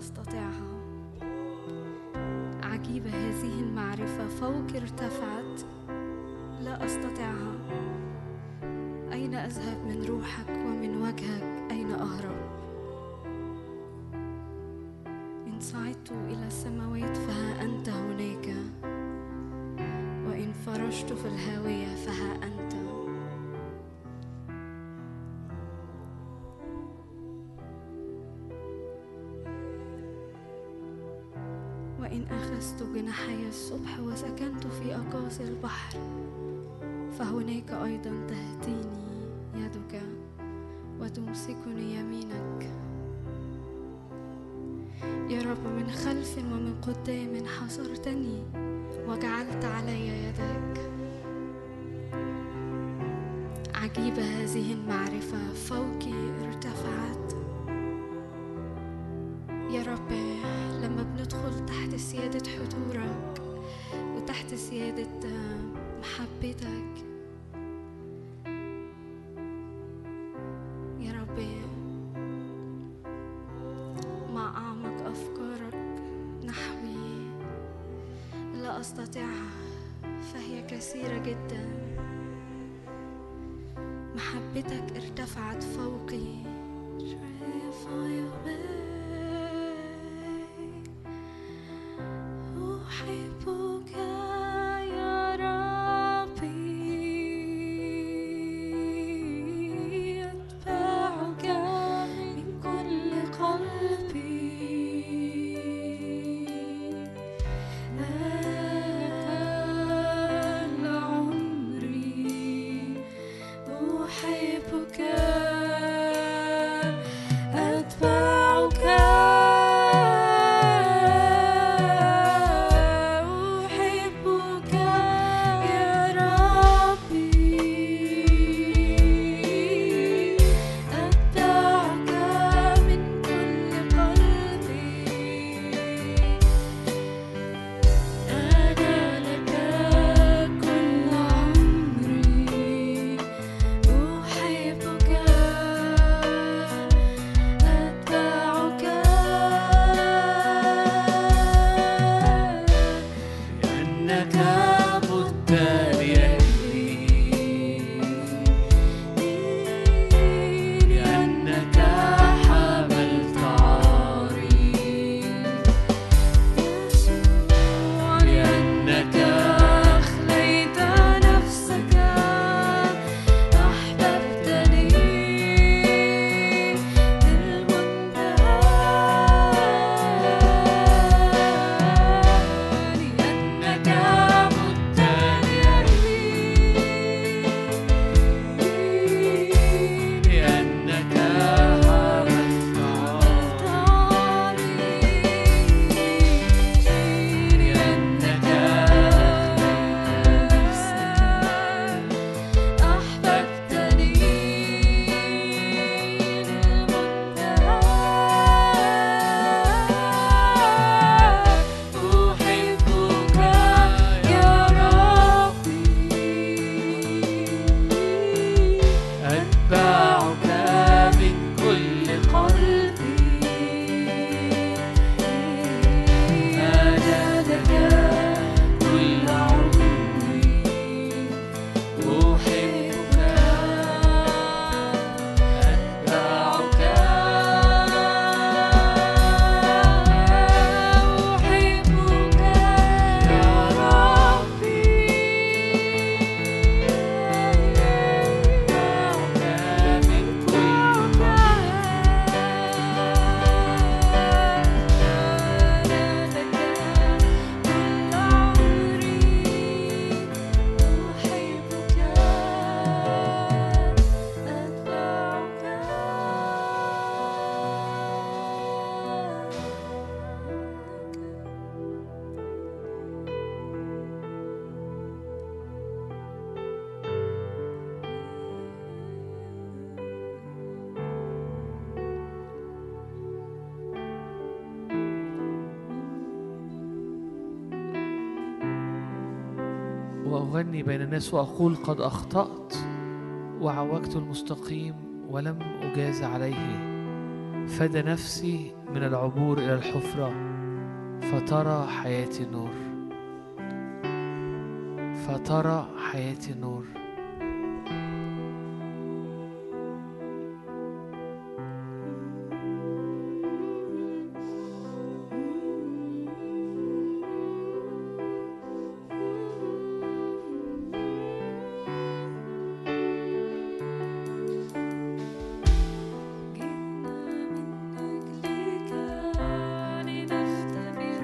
أستطيعها. عجيبة هذه المعرفة، فوقي ارتفعت لا أستطيعها. أين أذهب من روحك ومن وجهك أين أهرب؟ إن صعدت إلى السماوات فها أنت هناك، وإن فرشت في الهاوية فها أنت. وإن أخذت جناحي الصبح وسكنت في أقاصي البحر فهناك أيضا تهديني يدك وتمسكني يمينك. يا رب، من خلف ومن قدام حصرتني وجعلت علي يدك. عجيبة هذه المعرفة، فوقي ارتفعت. يا رب، لما بندخل تحت سيادة حضورك وتحت سيادة محبتك يا رب، مع أعمق أفكارك نحوي لا أستطيعها، فهي كثيرة جدا. محبتك ارتفعت فوقي. أحبك يا ربي، أتبعك من كل قلبي. أنا عمري أحبك، أتبعك. وأغني بين الناس وأقول قد أخطأت وعوجت المستقيم ولم أجاز عليه، فاد نفسي من العبور إلى الحفرة فترى حياتي نور، فترى حياتي نور.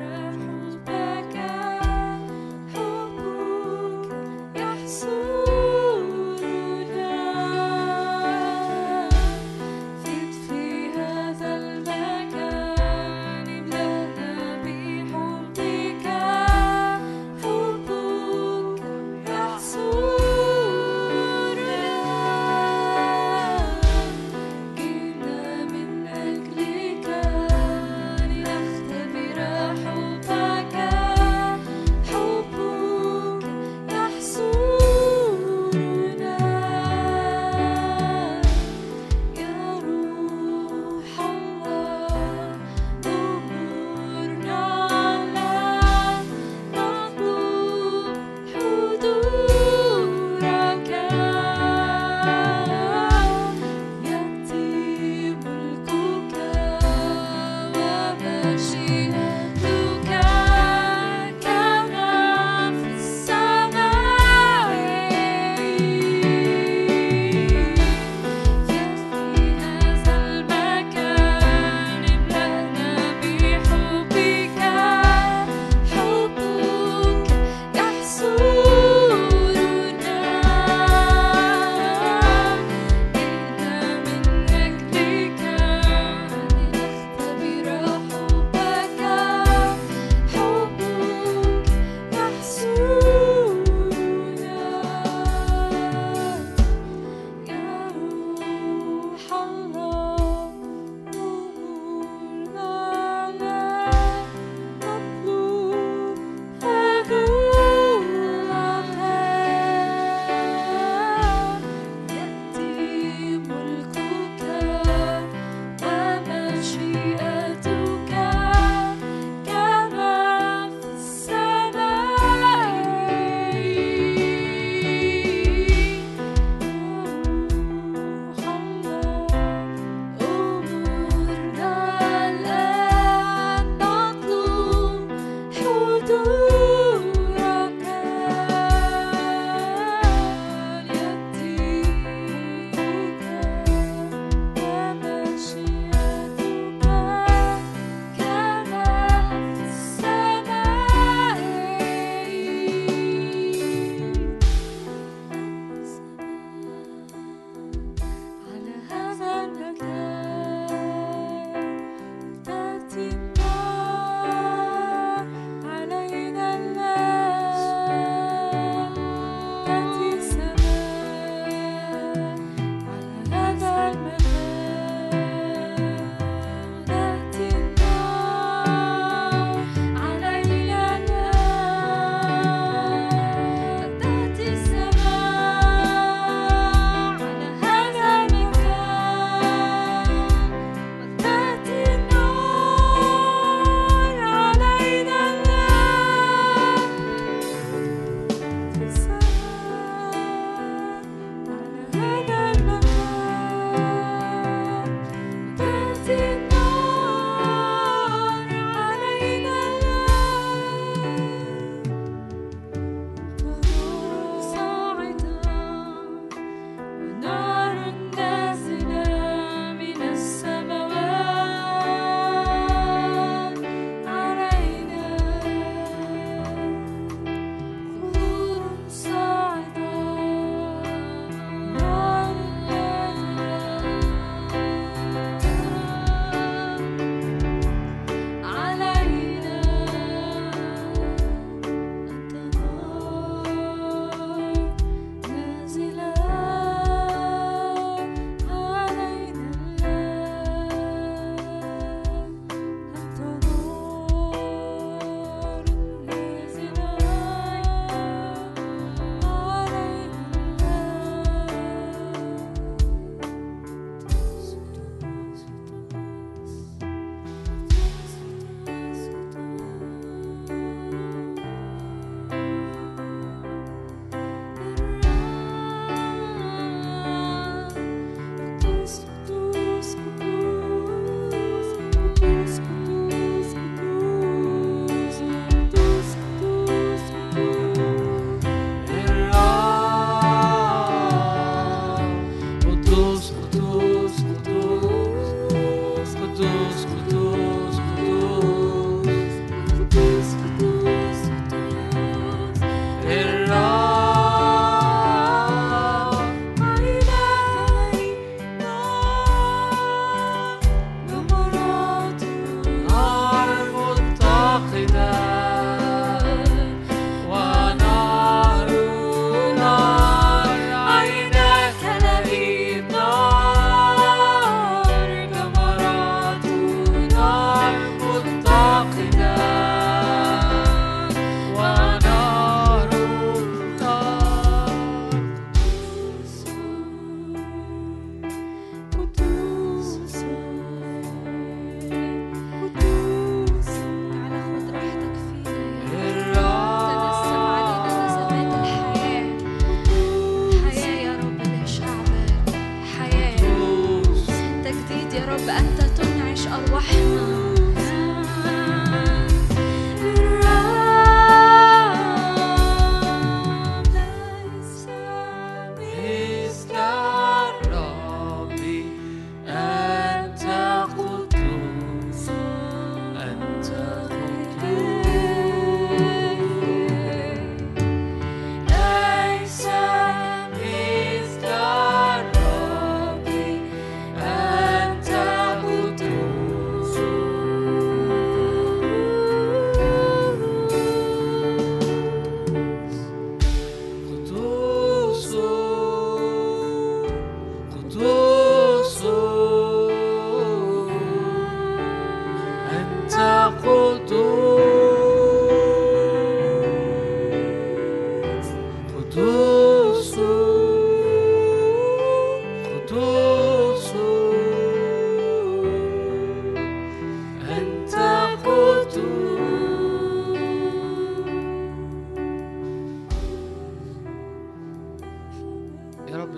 يحصل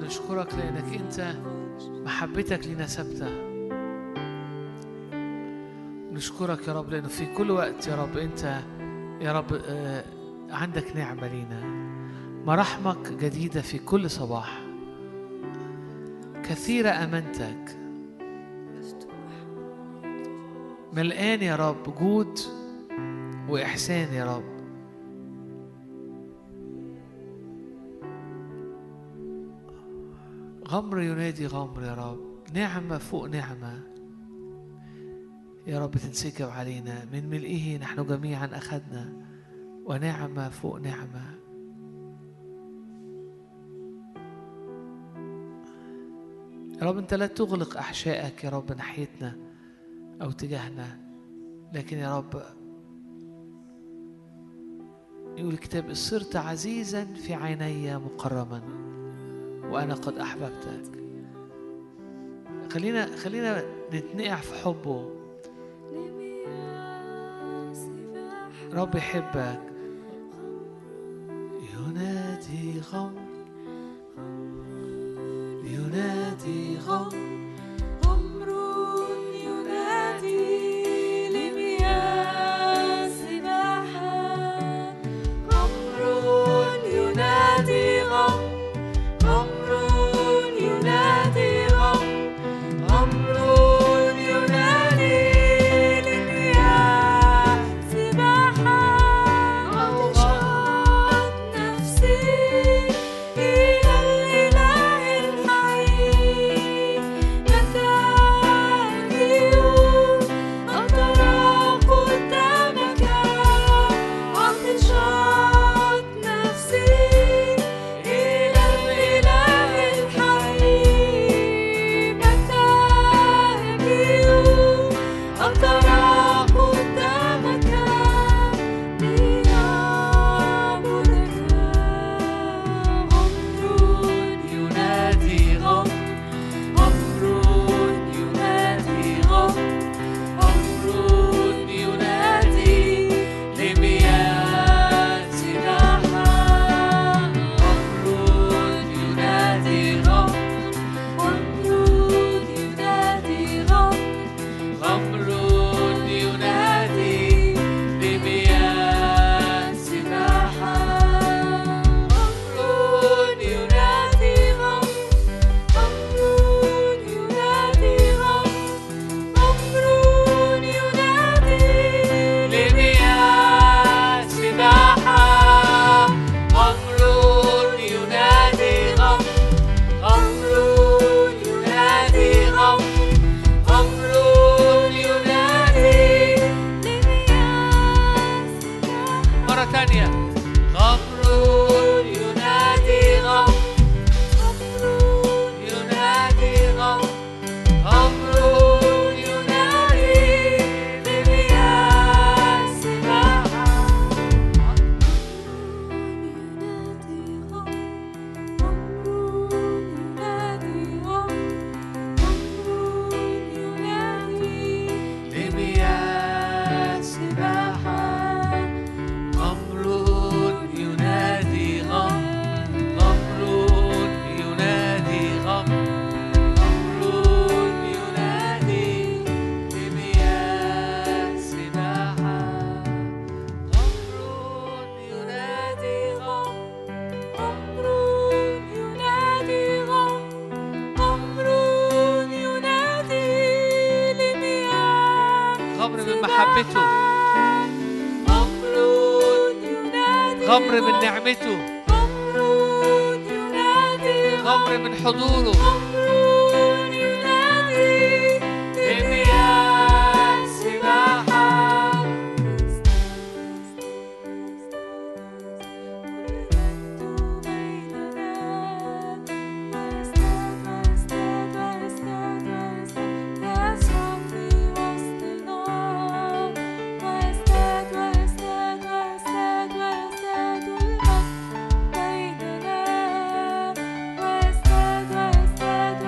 نشكرك لأنك أنت محبتك لنا ثابتة. نشكرك يا رب لأنه في كل وقت يا رب أنت يا رب عندك نعمة لينا، مراحمك جديدة في كل صباح، كثيرة أمانتك، ملآن يا رب جود وإحسان يا رب. غمر ينادي غمر يا رب، نعمة فوق نعمة يا رب تنسكب علينا، من ملئه نحن جميعا أخذنا، ونعمة فوق نعمة. يا رب أنت لا تغلق أحشائك يا رب ناحيتنا أو تجاهنا، لكن يا رب يقول الكتاب صرت عزيزا في عيني مكرما وأنا قد أحببتك. خلينا نتنقع في حبه. رب يحبك. ينادي غمر ينادي غمر غمر ينادي لمياه سباحة، غمر ينادي غمر، غمر ينادي غمر، غمر ينادي لمياه سباحة. عطشت نفسي إلى الإله الحي، متى أجيء أترى قدامك. عطشت نفسي إلى الإله الحي، متى أجيء أترى قدامك لأعبدك. غمر ينادي غمر، غمر ينادي غمر، غمر ينادي لمياه سباحة. غمر ينادي غمر، غمر ينادي غمر، غمر ينادي لمياه سباحة. غمر ينادي غمر، غمر ينادي غمر، غمر ينادي لمياه سباحة. غمر ينادي غمر، غمر ينادي غمر، غمر ينادي لمياه سباحة. مرة تانية. غمر ينادي غمر، غمر ينادي غمر، غمر ينادي لمياه سباحة. ينادي غمر، غمر ينادي غمر، غمر ينادي لمياه سباحة. غمر ينادي غمر، غمر ينادي غمر، غمر ينادي لمياه سباحة. غمر ينادي غمر، غمر ينادي غمر، غمر ينادي لمياه غمر من محبته، غمر ينادي غمر من نعمته، غمر ينادي غمر من حضوره. غمر ينادي لمياه سباحة. ويزداد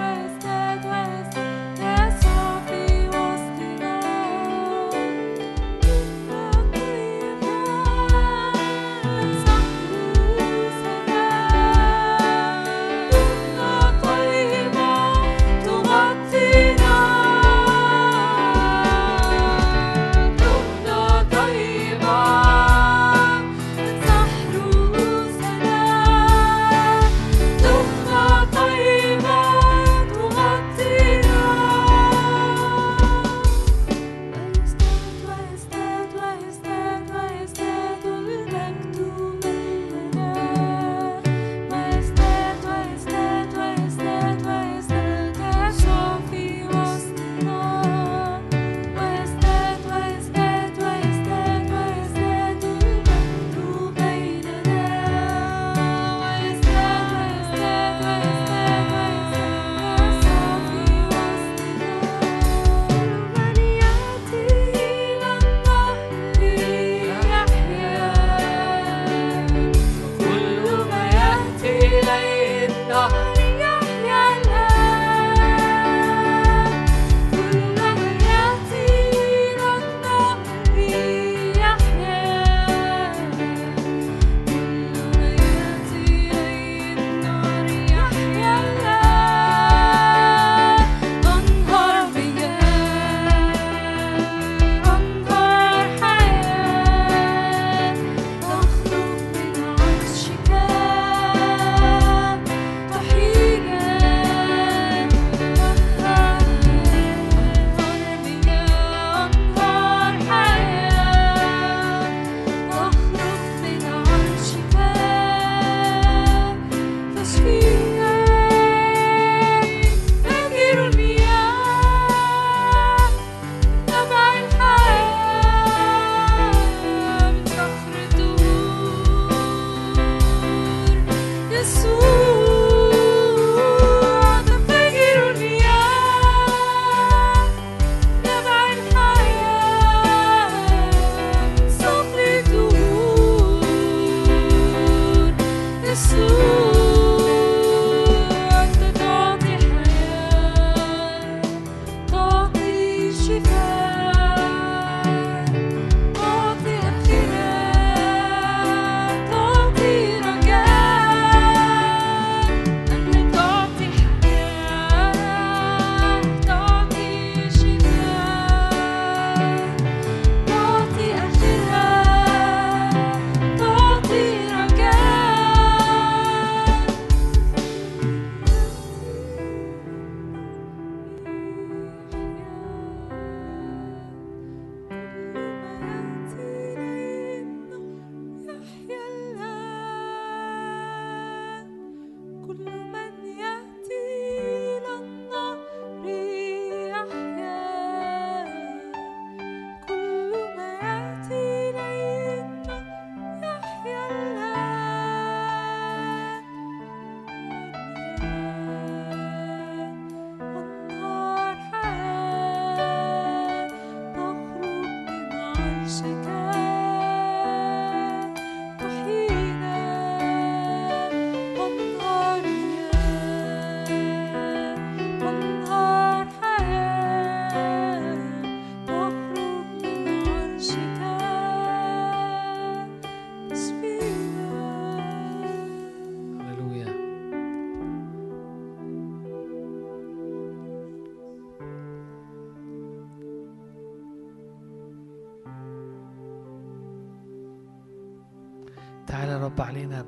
تعالى يا رب علينا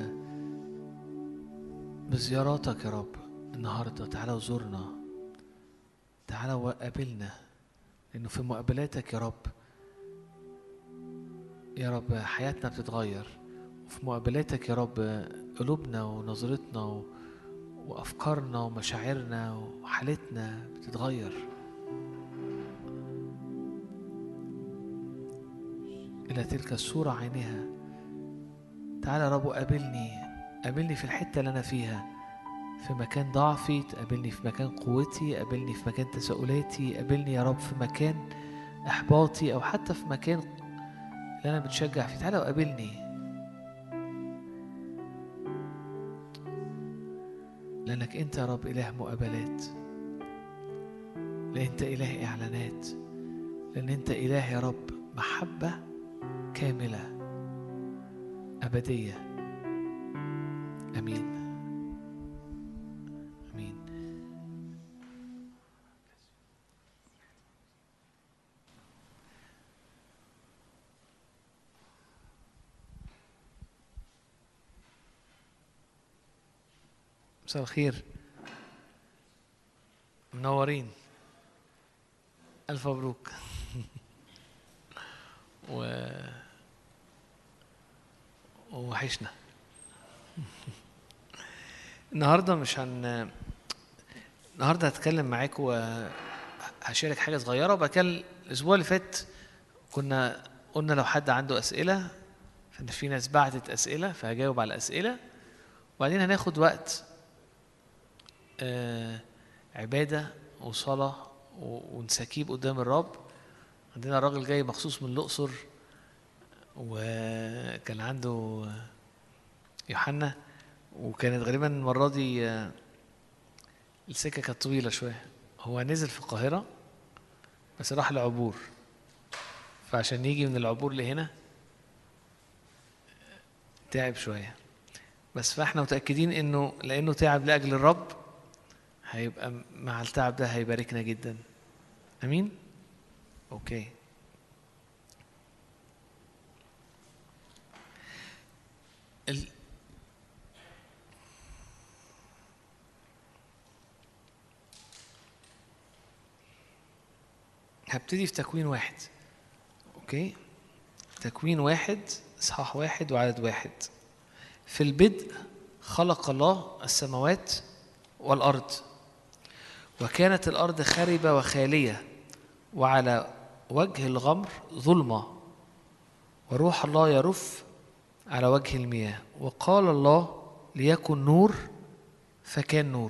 بزياراتك يا رب النهاردة. تعالى وزورنا، تعالى وقابلنا، لأنه في مقابلاتك يا رب حياتنا بتتغير، وفي مقابلاتك يا رب قلوبنا ونظرتنا وأفكارنا ومشاعرنا وحالتنا بتتغير إلى تلك الصورة عينها. تعالى يا رب قابلني في الحتة اللي أنا فيها، في مكان ضعفي، تقابلني في مكان قوتي، قابلني في مكان تساؤلاتي، قابلني يا رب في مكان إحباطي، أو حتى في مكان اللي أنا بتشجع فيه. تعالى وقابلني، لأنك أنت يا رب إله مقابلات، لأن أنت إله إعلانات، لأن أنت إله يا رب محبة كاملة أبدية. أمين أمين. مساء الخير، منورين، ألف مبروك. ووحشنا. النهارده النهارده هتكلم معاكم وهشارك حاجه صغيره. وبعد كده الاسبوع اللي فات قلنا لو حد عنده اسئله، فان في ناس بعتت اسئله فهجاوب على الاسئله، وبعدين هناخد وقت عباده وصلاه ونسكيب قدام الرب. عندنا راجل جاي مخصوص من الاقصر، وكان عنده يوحنا، وكانت غالبا المرة دي السكة كانت طويلة شوية. هو نزل في القاهرة بس راح العبور، فعشان يجي من العبور لهنا تعب شوية، بس فاحنا متأكدين انه لانه تعب لأجل الرب هيبقى مع التعب ده هيباركنا جدا. امين. اوكي. هبتدي في تكوين 1. اوكي، تكوين 1 اصحاح 1 وعدد 1. في البدء خلق الله السماوات والأرض، وكانت الأرض خاربة وخالية، وعلى وجه الغمر ظلمة، وروح الله يرف على وجه المياه. وقال الله ليكن نور، فكان نور.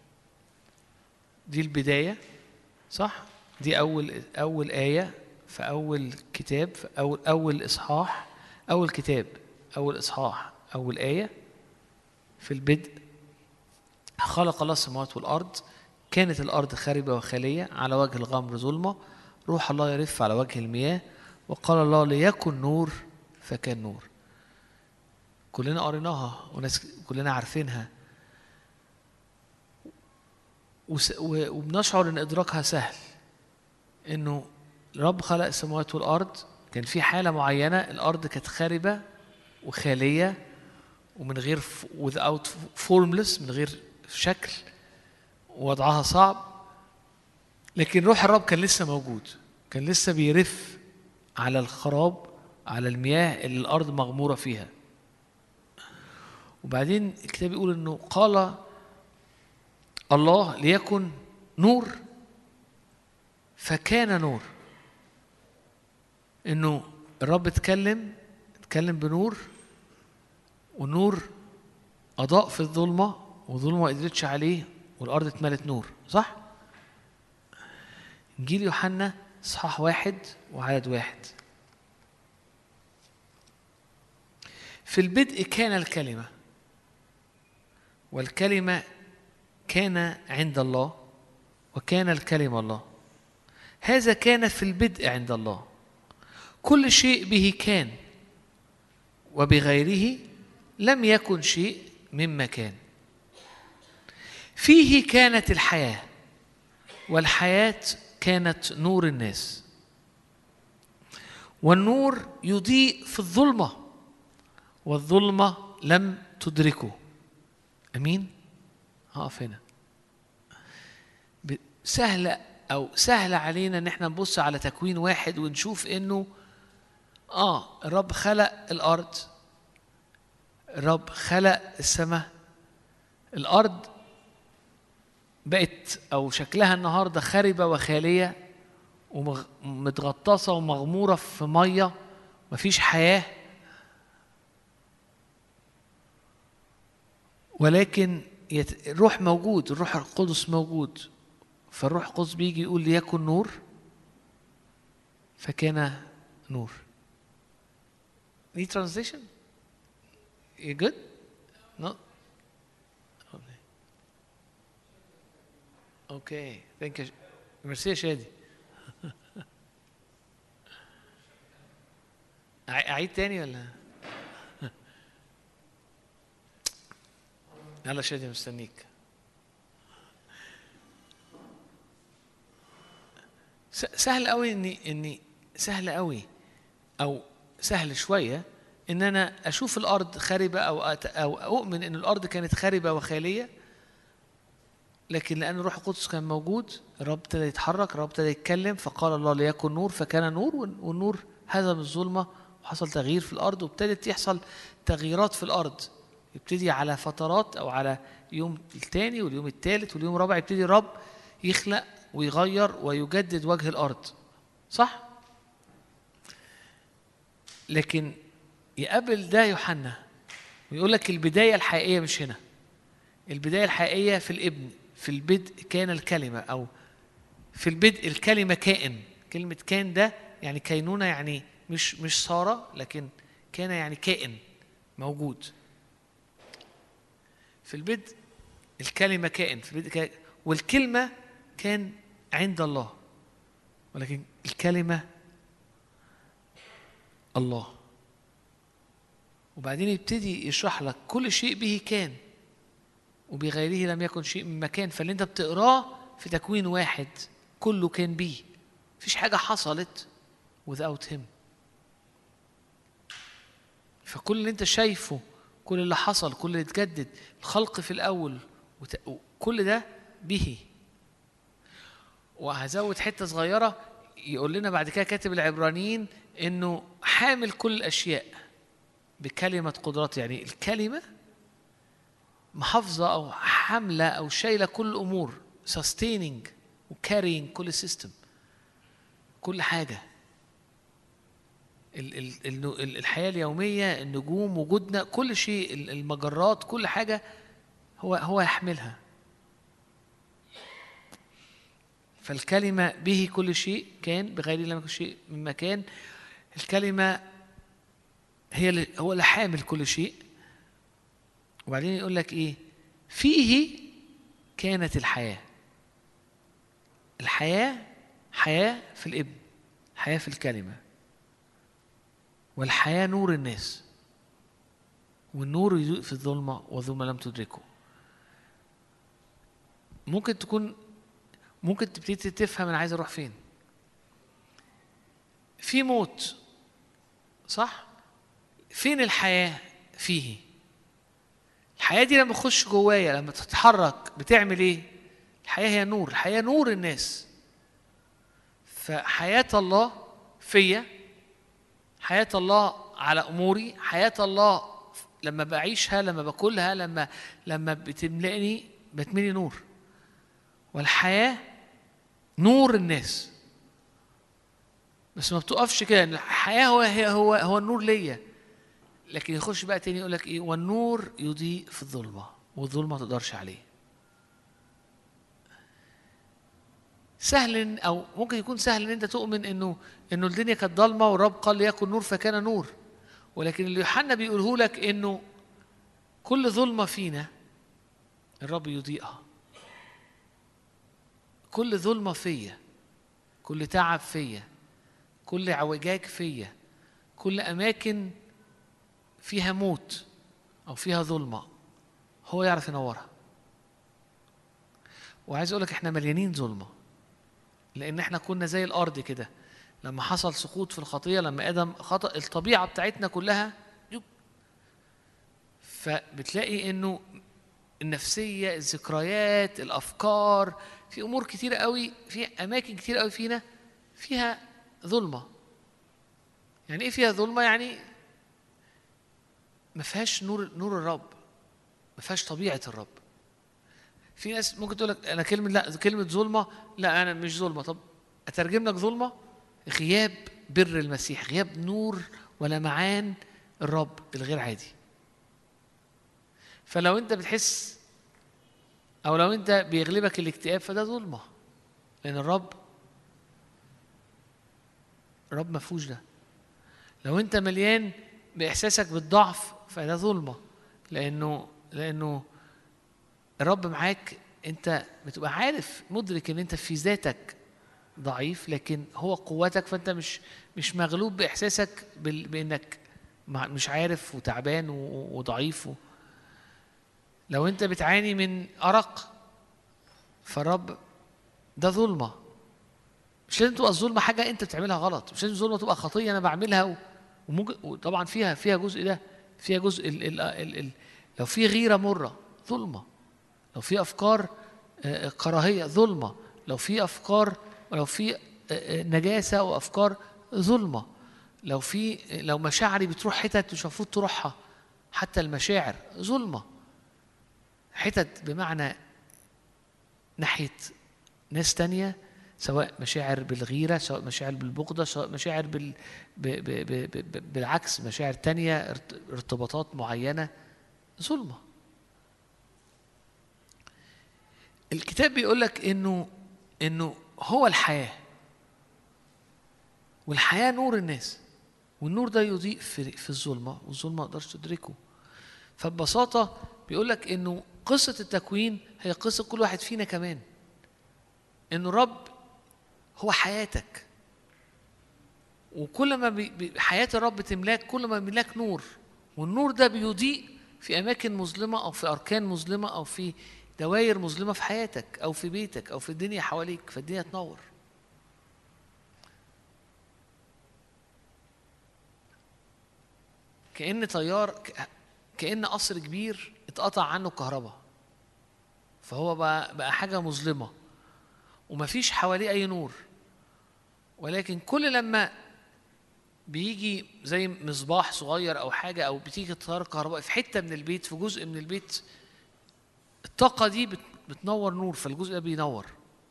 دي البداية، صح؟ دي أول آية في أول كتاب، في أول إصحاح، أول كتاب، أول إصحاح، أول آية. في البدء خلق الله السماوات والأرض، كانت الأرض خاربة وخالية، على وجه الغمر ظلمة، روح الله يرف على وجه المياه. وقال الله ليكن نور، فكان نور. كلنا قريناها وناس كلنا عارفينها، وبنشعر ان ادراكها سهل، انه الرب خلق السماوات والارض. كان في حاله معينه الارض كانت خاربه وخاليه ومن غير without formless، من غير شكل، ووضعها صعب، لكن روح الرب كان لسه موجود، كان لسه بيرف على الخراب، على المياه اللي الارض مغموره فيها. وبعدين الكتاب يقول انه قال الله ليكن نور، فكان نور. انه الرب اتكلم بنور، والنور اضاء في الظلمه، والظلمه ما قدرتش عليه، والارض اتملت نور. صح؟ انجيل يوحنا اصحاح 1 وعدد 1. في البدء كان الكلمة، والكلمة كان عند الله، وكان الكلمة الله. هذا كان في البدء عند الله. كل شيء به كان، وبغيره لم يكن شيء مما كان. فيه كانت الحياة، والحياة كانت نور الناس. والنور يضيء في الظلمة، والظلمة لم تدركه. أمين؟ هقف هنا. سهل علينا ان احنا نبص على تكوين واحد ونشوف انه الرب خلق الارض، الرب خلق السماء، الارض بقت او شكلها النهارده خربة وخالية ومتغطسة ومغمورة في مية، مفيش حياة. ولكن الروح موجود، الروح القدس موجود، فالروح القدس بيجي يقول ليكن نور فكان نور. Any translation? You good? No? Okay. Thank you. ميرسي يا شادي. أعيد تاني ولا؟ يلا شادي مستنيك. سهل قوي اني سهل قوي او سهل شويه ان انا اشوف الارض خاربه او اؤمن ان الارض كانت خاربه وخاليه، لكن لان الروح القدس كان موجود الرب ابتدى يتحرك، الرب ابتدى يتكلم، فقال الله ليكن نور فكان نور، والنور هزم الظلمه وحصل تغيير في الارض، وابتدت يحصل تغييرات في الارض. يبتدي على فترات او على يوم الثاني واليوم الثالث واليوم الرابع يبتدي الرب يخلق ويغير ويجدد وجه الأرض، صح؟ لكن يقابل ده يوحنا ويقول لك البداية الحقيقية مش هنا، البداية الحقيقية في الابن. في البدء كان الكلمة، أو في البدء الكلمة كائن. كلمة كان ده يعني كينونة، يعني مش صار، لكن كان يعني كائن موجود. في البدء الكلمة كائن، في البدء كائن، والكلمة كان عند الله، ولكن الكلمة الله. وبعدين يبتدي يشرح لك كل شيء به كان وبغيره لم يكن شيء من مكان. فاللي انت بتقراه في تكوين واحد كله كان به، مفيش حاجة حصلت without him. فكل اللي انت شايفه، كل اللي حصل، كل اللي اتجدد، الخلق في الأول، كل ده به. وهزود حتة صغيرة يقول لنا بعد كده كاتب العبرانيين انه حامل كل الاشياء بكلمة قدرته. يعني الكلمة محافظة او حاملة او شايلة كل الامور، sustaining وcarrying كل السيستم، كل حاجة، الحياة اليومية، النجوم، وجودنا، كل شيء، المجرات، كل حاجة هو يحملها. فالكلمة به كل شيء كان، بغير لم يكن شيء من مكان. الكلمة هو اللي حامل كل شيء. وبعدين يقول لك ايه؟ فيه كانت الحياة. الحياة حياة في الابن، حياة في الكلمة، والحياة نور الناس، والنور يضيء في الظلمة والظلمة لم تدركه. ممكن تبتدي تفهم انا عايز اروح فين. في موت، صح؟ فين الحياة؟ فيه. الحياة دي لما تخش جوايا، لما تتحرك، بتعمل ايه؟ الحياة هي نور، الحياة نور الناس. فحياة الله فيا، حياة الله على اموري، حياة الله لما بعيشها، لما باكلها، لما بتملئني، بتملي نور. والحياة نور الناس. بس ما بتقفش كده، الحياة هو النور ليا. لكن يخش بقى تاني يقول لك ايه؟ والنور يضيء في الظلمة والظلمة ما تقدرش عليه. سهل، او ممكن يكون سهل ان انت تؤمن انه الدنيا كانت ضلمة والرب قال ليكن نور فكان نور. ولكن اللي يوحنا بيقوله لك انه كل ظلمة فينا الرب يضيئها. كل ظلمة فيا، كل تعب فيا، كل اعوجاج فيا، كل أماكن فيها موت أو فيها ظلمة هو يعرف ينورها. وعايز أقولك إحنا مليانين ظلمة، لأن إحنا كنا زي الأرض كده لما حصل سقوط في الخطية، لما آدم خطأ، الطبيعة بتاعتنا كلها فبتلاقي انه النفسيه، الذكريات، الافكار، في امور كتيره قوي، في اماكن كتيره قوي فينا فيها ظلمه. يعني ايه فيها ظلمه؟ يعني ما فيهاش نور الرب، ما فيهاش طبيعه الرب. في ناس ممكن تقول لك انا كلمه ظلمه، لا انا مش ظلمه. طب اترجم لك ظلمه: غياب بر المسيح، غياب نور ولمعان الرب الغير عادي. فلو انت بتحس او لو انت بيغلبك الاكتئاب فده ظلمه، لان الرب ما فيهوش ده. لو انت مليان باحساسك بالضعف فده ظلمه، لانه الرب معاك. انت بتبقى عارف مدرك ان انت في ذاتك ضعيف، لكن هو قوتك، فانت مش مغلوب باحساسك بانك مش عارف وتعبان وضعيف. لو انت بتعاني من ارق فالرب ده ظلمه. مش لازم تبقى الظلمه حاجه انت بتعملها غلط، مش لازم الظلمه تبقى خطيه انا بعملها وممكن وطبعا فيها جزء ده، فيها جزء لو في غيره مره ظلمه، لو في افكار كراهيه ظلمه، لو في نجاسه وافكار ظلمه، لو مشاعري بتروح حتت مش المفروض تروحها، حتى المشاعر ظلمه. حتت بمعنى ناحيه ناس تانية، سواء مشاعر بالغيرة، سواء مشاعر بالبغضة، سواء مشاعر بالعكس، مشاعر تانية، ارتباطات معينة، ظلمة. الكتاب بيقولك إنه هو الحياة، والحياة نور الناس، والنور ده يضيء في الظلمة، والظلمة ما تقدرش تدركه. فببساطة بيقولك إنه قصة التكوين هي قصة كل واحد فينا كمان، إنه الرب هو حياتك، وكل ما حياة الرب تملاك كل ما بيملاك نور، والنور ده بيضيء في أماكن مظلمة أو في أركان مظلمة أو في دوائر مظلمة في حياتك أو في بيتك أو في الدنيا حواليك، فالدنيا تنور. كأن قصر كبير اتقطع عنه الكهرباء، فهو بقى حاجة مظلمة ومفيش حواليه أي نور. ولكن كل لما بيجي زي مصباح صغير أو حاجة، أو بتيجي تيار كهرباء في حتة من البيت، في جزء من البيت، الطاقة دي بتنور نور، فالجزء ده بينور،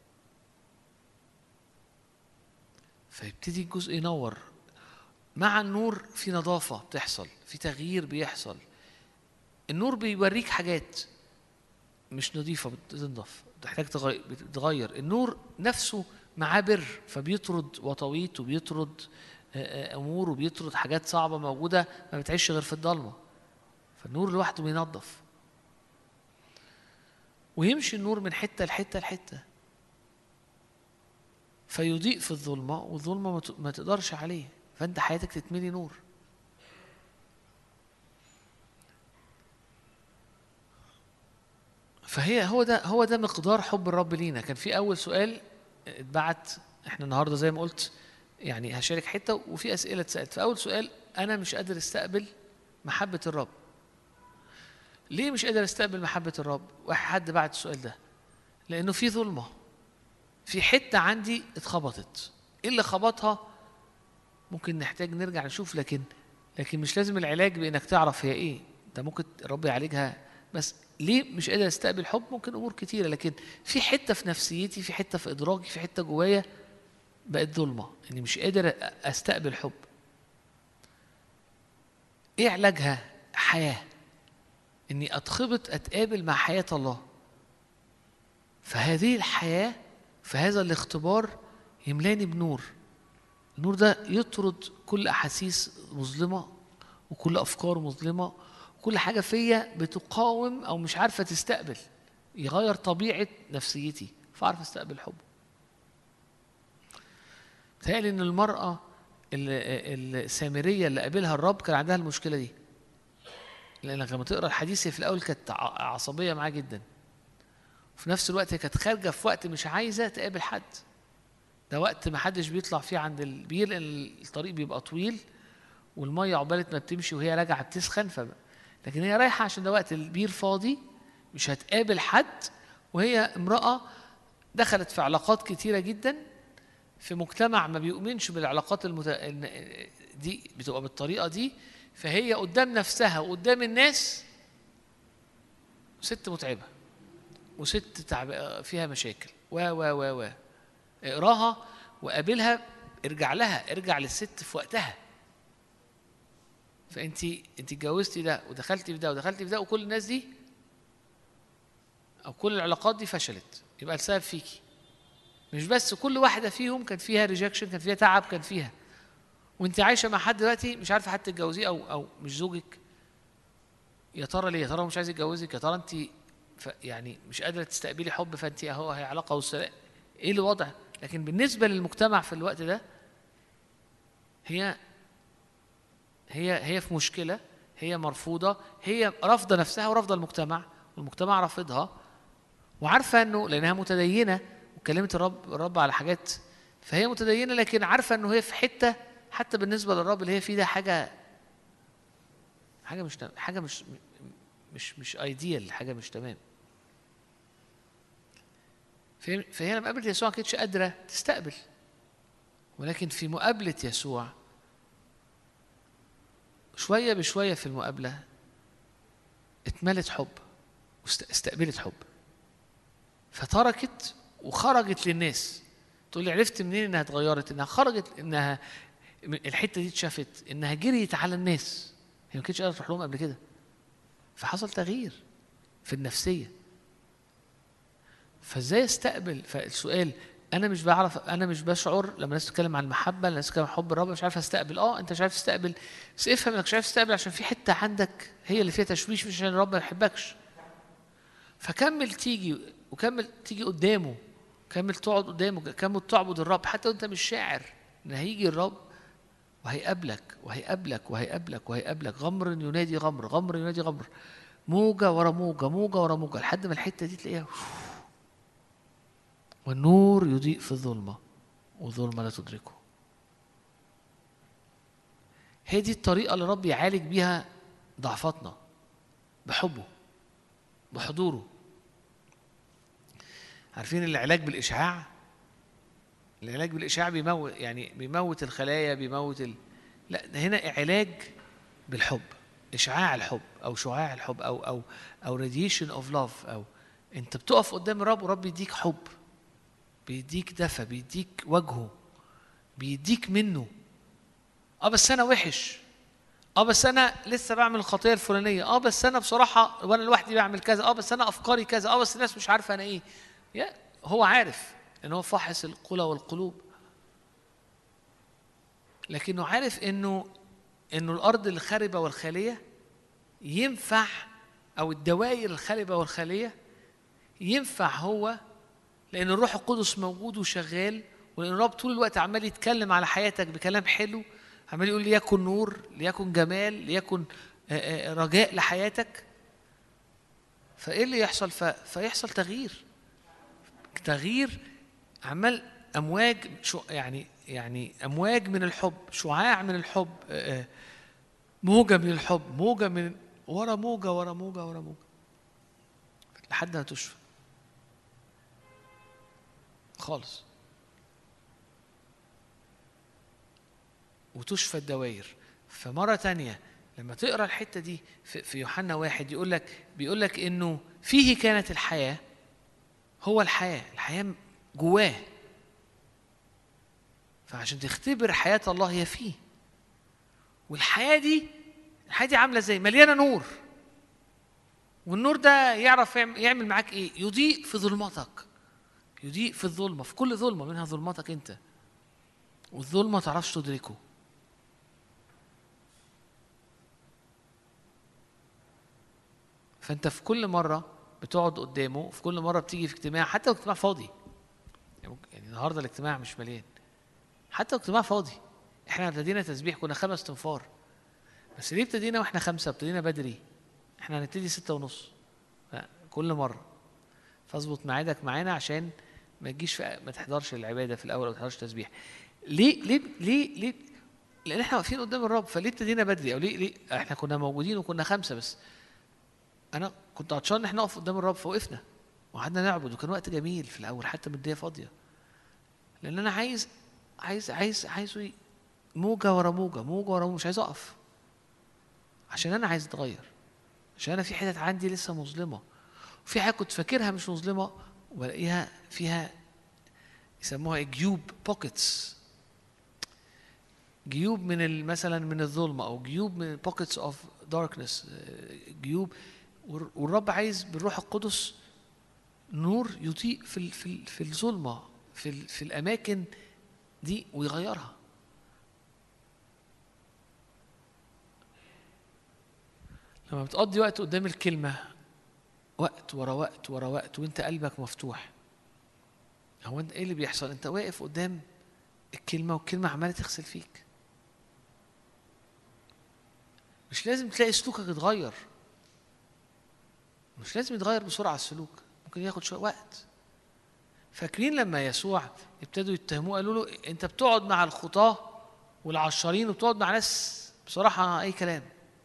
فيبتدي الجزء ينور. مع النور في نظافة بتحصل، في تغيير بيحصل. النور بيوريك حاجات مش نظيفة بتنضف، تحتاج تغير. النور نفسه معاه بر، فبيطرد وطويت وبيطرد أمور وبيطرد حاجات صعبة موجودة ما بتعيش غير في الضلمة. فالنور لوحده بينظف، ويمشي النور من حتة لحتة لحتة، فيضيء في الظلمة، والظلمة ما تقدرش عليه، فأنت حياتك تتملي نور. هو ده مقدار حب الرب لينا. كان في أول سؤال اتبعت، احنا النهارده زي ما قلت يعني هشارك حتة، وفي أسئلة اتسألت. في أول سؤال: أنا مش قادر استقبل محبة الرب. ليه مش قادر استقبل محبة الرب؟ حد بعت السؤال ده لأنه في ظلمة، في حتة عندي اتخبطت. إيه اللي خبطها؟ ممكن نحتاج نرجع نشوف، لكن مش لازم العلاج بإنك تعرف هي إيه. أنت ممكن الرب يعالجها. بس ليه مش قادر استقبل حب؟ ممكن أمور كتيرة، لكن في حتة في نفسيتي، في حتة في إدراكي، في حتة جوايا بقت ظلمة، إني مش قادر أستقبل حب. إيه علاجها؟ حياة، إني أتقابل مع حياة الله. فهذه الحياة في هذا الاختبار يملاني بنور. النور ده يطرد كل أحاسيس مظلمة وكل أفكار مظلمة وكل حاجة فيا بتقاوم أو مش عارفة تستقبل. يغير طبيعة نفسيتي فأعرف أستقبل حب. تهيألي إن المرأة السامرية اللي قابلها الرب كان عندها المشكلة دي، لأنك لما تقرأ الحديث في الأول كانت عصبية معاه جدا، وفي نفس الوقت هي كانت خارجة في وقت مش عايزة تقابل حد. ده وقت ما حدش بيطلع فيه عند البير، لأن الطريق بيبقى طويل والمية عقبالة ما بتمشي وهي راجعة بتسخن. لكن هي رايحة عشان ده وقت البير فاضي، مش هتقابل حد، وهي امرأة دخلت في علاقات كتيرة جدا في مجتمع ما بيؤمنش بالعلاقات دي بتبقى بالطريقة دي، فهي قدام نفسها وقدام الناس ست متعبة وست فيها مشاكل و اقراها وقابلها، ارجع لها، ارجع للست في وقتها. فانت اتجوزتي ده ودخلتي في ده ودخلتي في ده، وكل الناس دي او كل العلاقات دي فشلت، يبقى السبب فيكي. مش بس كل واحده فيهم كان فيها ريجكشن، كان فيها تعب، كان فيها، وانت عايشه مع حد دلوقتي مش عارفه حتى تتجوزيه او مش زوجك. يا ترى ليه؟ يا ترى هو مش عايز يتجوزك؟ يا ترى انت يعني مش قادره تستقبلي حب، فانت اهو هي علاقه والسلام، ايه الوضع؟ لكن بالنسبه للمجتمع في الوقت ده هي في مشكله، هي مرفوضه، هي رافضه نفسها ورافضه المجتمع، والمجتمع رافضها، وعارفه انه لانها متدينه وكلمت الرب على حاجات، فهي متدينه لكن عارفه انه هي في حته حتى بالنسبه للرب اللي هي فيه ده حاجه مش ايديال، حاجه مش تمام. فهي لما قابلت يسوع ما كانتش قادره تستقبل، ولكن في مقابله يسوع شويه بشويه في المقابله اتملت حب واستقبلت حب، فتركت وخرجت للناس. تقول لي عرفت منين انها اتغيرت؟ انها خرجت، انها الحته دي اتشافت، انها جريت على الناس، هي ما كانتش قادره تروح لهم قبل كده، فحصل تغيير في النفسيه. فازاي استقبل؟ فالسؤال انا مش بعرف، انا مش بشعر لما الناس تتكلم عن المحبه، لما الناس تتكلم عن حب الرب مش عارف استقبل. انت مش عارف تستقبل، بس افهم انك مش عارف تستقبل عشان في حته عندك هي اللي فيها تشويش، مش عشان الرب ما يحبكش. فكمل تيجي وكمل تيجي قدامه، كمل تقعد قدامه، كمل تعبد الرب حتى وانت مش شاعر ان هيجي الرب وهيقابلك وهيقابلك وهيقابلك وهيقابلك. غمر ينادي غمر، غمر ينادي غمر، موجه ورا موجه، موجه ورا موجه، لحد ما الحته دي تلاقيها والنور يضيء في الظلمه والظلمه لا تدركه. هي دي الطريقه اللي الرب يعالج بيها ضعفاتنا، بحبه بحضوره. عارفين العلاج بالإشعاع؟ العلاج بالإشعاع بيموت، يعني بيموت الخلايا، بيموت لا، ده هنا علاج بالحب، إشعاع الحب أو شعاع الحب أو radiation of love. أو أنت بتقف قدام الرب ورب يديك حب، بيديك دفى، بيديك وجهه، بيديك منه. بس أنا وحش، بس أنا لسه بعمل الخطية الفلانية، بس أنا بصراحة وأنا لوحدي بعمل كذا، بس أنا أفكاري كذا، بس الناس مش عارفة أنا إيه. هو عارف ان هو فاحص القلى والقلوب، لكنه عارف انه الارض الخاربه والخاليه ينفع، او الدوائر الخاربه والخاليه ينفع هو، لان الروح القدس موجود وشغال، ولان الرب طول الوقت عمال يتكلم على حياتك بكلام حلو، عمال يقول ليكن نور، ليكن جمال، ليكن رجاء لحياتك. فايه اللي يحصل؟ فيحصل تغيير عمال امواج، يعني امواج من الحب، شعاع من الحب، موجه من الحب، موجه من ورا موجه ورا موجه ورا موجه، لحد ما تشفى خالص وتشفى الدوائر. فمره تانية لما تقرا الحته دي في يوحنا 1 بيقول لك انه فيه كانت الحياه، هو الحياه جواه. فعشان تختبر حياة الله هي فيه، والحياة دي عاملة زي مليانة نور، والنور ده يعرف يعمل معاك ايه؟ يضيء في ظلمتك، يضيء في الظلمة، في كل ظلمة منها ظلمتك انت، والظلمة ما تعرفش تدركه. فانت في كل مرة بتقعد قدامه، في كل مرة بتيجي في اجتماع، حتى لو اجتماع فاضي، يعني النهارده الاجتماع مش مليان، حتى اجتماع فاضي. احنا ابتدينا تسبيح كنا 5 تنفار، بس ليه ابتدينا واحنا 5؟ ابتدينا بدري، احنا هنبتدي 6:30 كل مرة. فاظبط ميعادك معانا عشان ما تجيش ما تحضرش العبادة في الأول أو ما تحضرش تسبيح. ليه لان احنا واقفين قدام الرب. فليه ابتدينا بدري؟ او ليه احنا كنا موجودين وكنا 5 بس. انا كنت عطشان ان احنا نقف قدام الرب فوقفنا وقعدنا نعبد، وكان وقت جميل في الاول حتى من الدنيا فاضيه. لان انا عايزه موجه ورا موجه، موجه ورا موجه، مش عايز اقف. عشان انا عايز اتغير، عشان انا في حتت عندي لسه مظلمه، وفي حاجه كنت فاكرها مش مظلمه وبلاقيها فيها يسموها جيوب، بوكيتس، جيوب من مثلا من الظلمه، او جيوب من بوكيتس اوف داركنس، جيوب. والرب عايز بالروح القدس نور يضيء في الظلمه، في الاماكن دي ويغيرها. لما بتقضي وقت قدام الكلمه، وقت ورا وقت ورا وقت، وانت قلبك مفتوح، هو انت ايه اللي بيحصل؟ انت واقف قدام الكلمه والكلمه عماله تغسل فيك. مش لازم تلاقي سلوكك اتغير، مش لازم يتغير بسرعه السلوك، ممكن ياخد شويه وقت. فاكرين لما يسوع ابتدوا يتهموه قالوا له انت بتقعد مع الخطاه والعشارين وبتقعد مع ناس بصراحه اي كلام.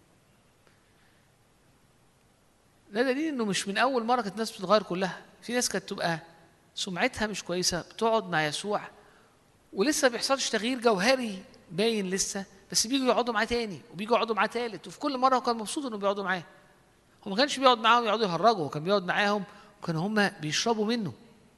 ده دليل انه مش من اول مره كانت الناس بتتغير كلها. في ناس كانت تبقى سمعتها مش كويسه بتقعد مع يسوع ولسه ما بيحصلش تغيير جوهري باين لسه، بس بيجوا يقعدوا معاه تاني وبيجوا يقعدوا معاه تالت، وفي كل مره هو كان مبسوط انه بيقعدوا معاه. هو ما كانش بيقعد معاهم يقعدوا يهرجوا، هو كان بيقعد معاهم وكانوا هم بيشربوا منه.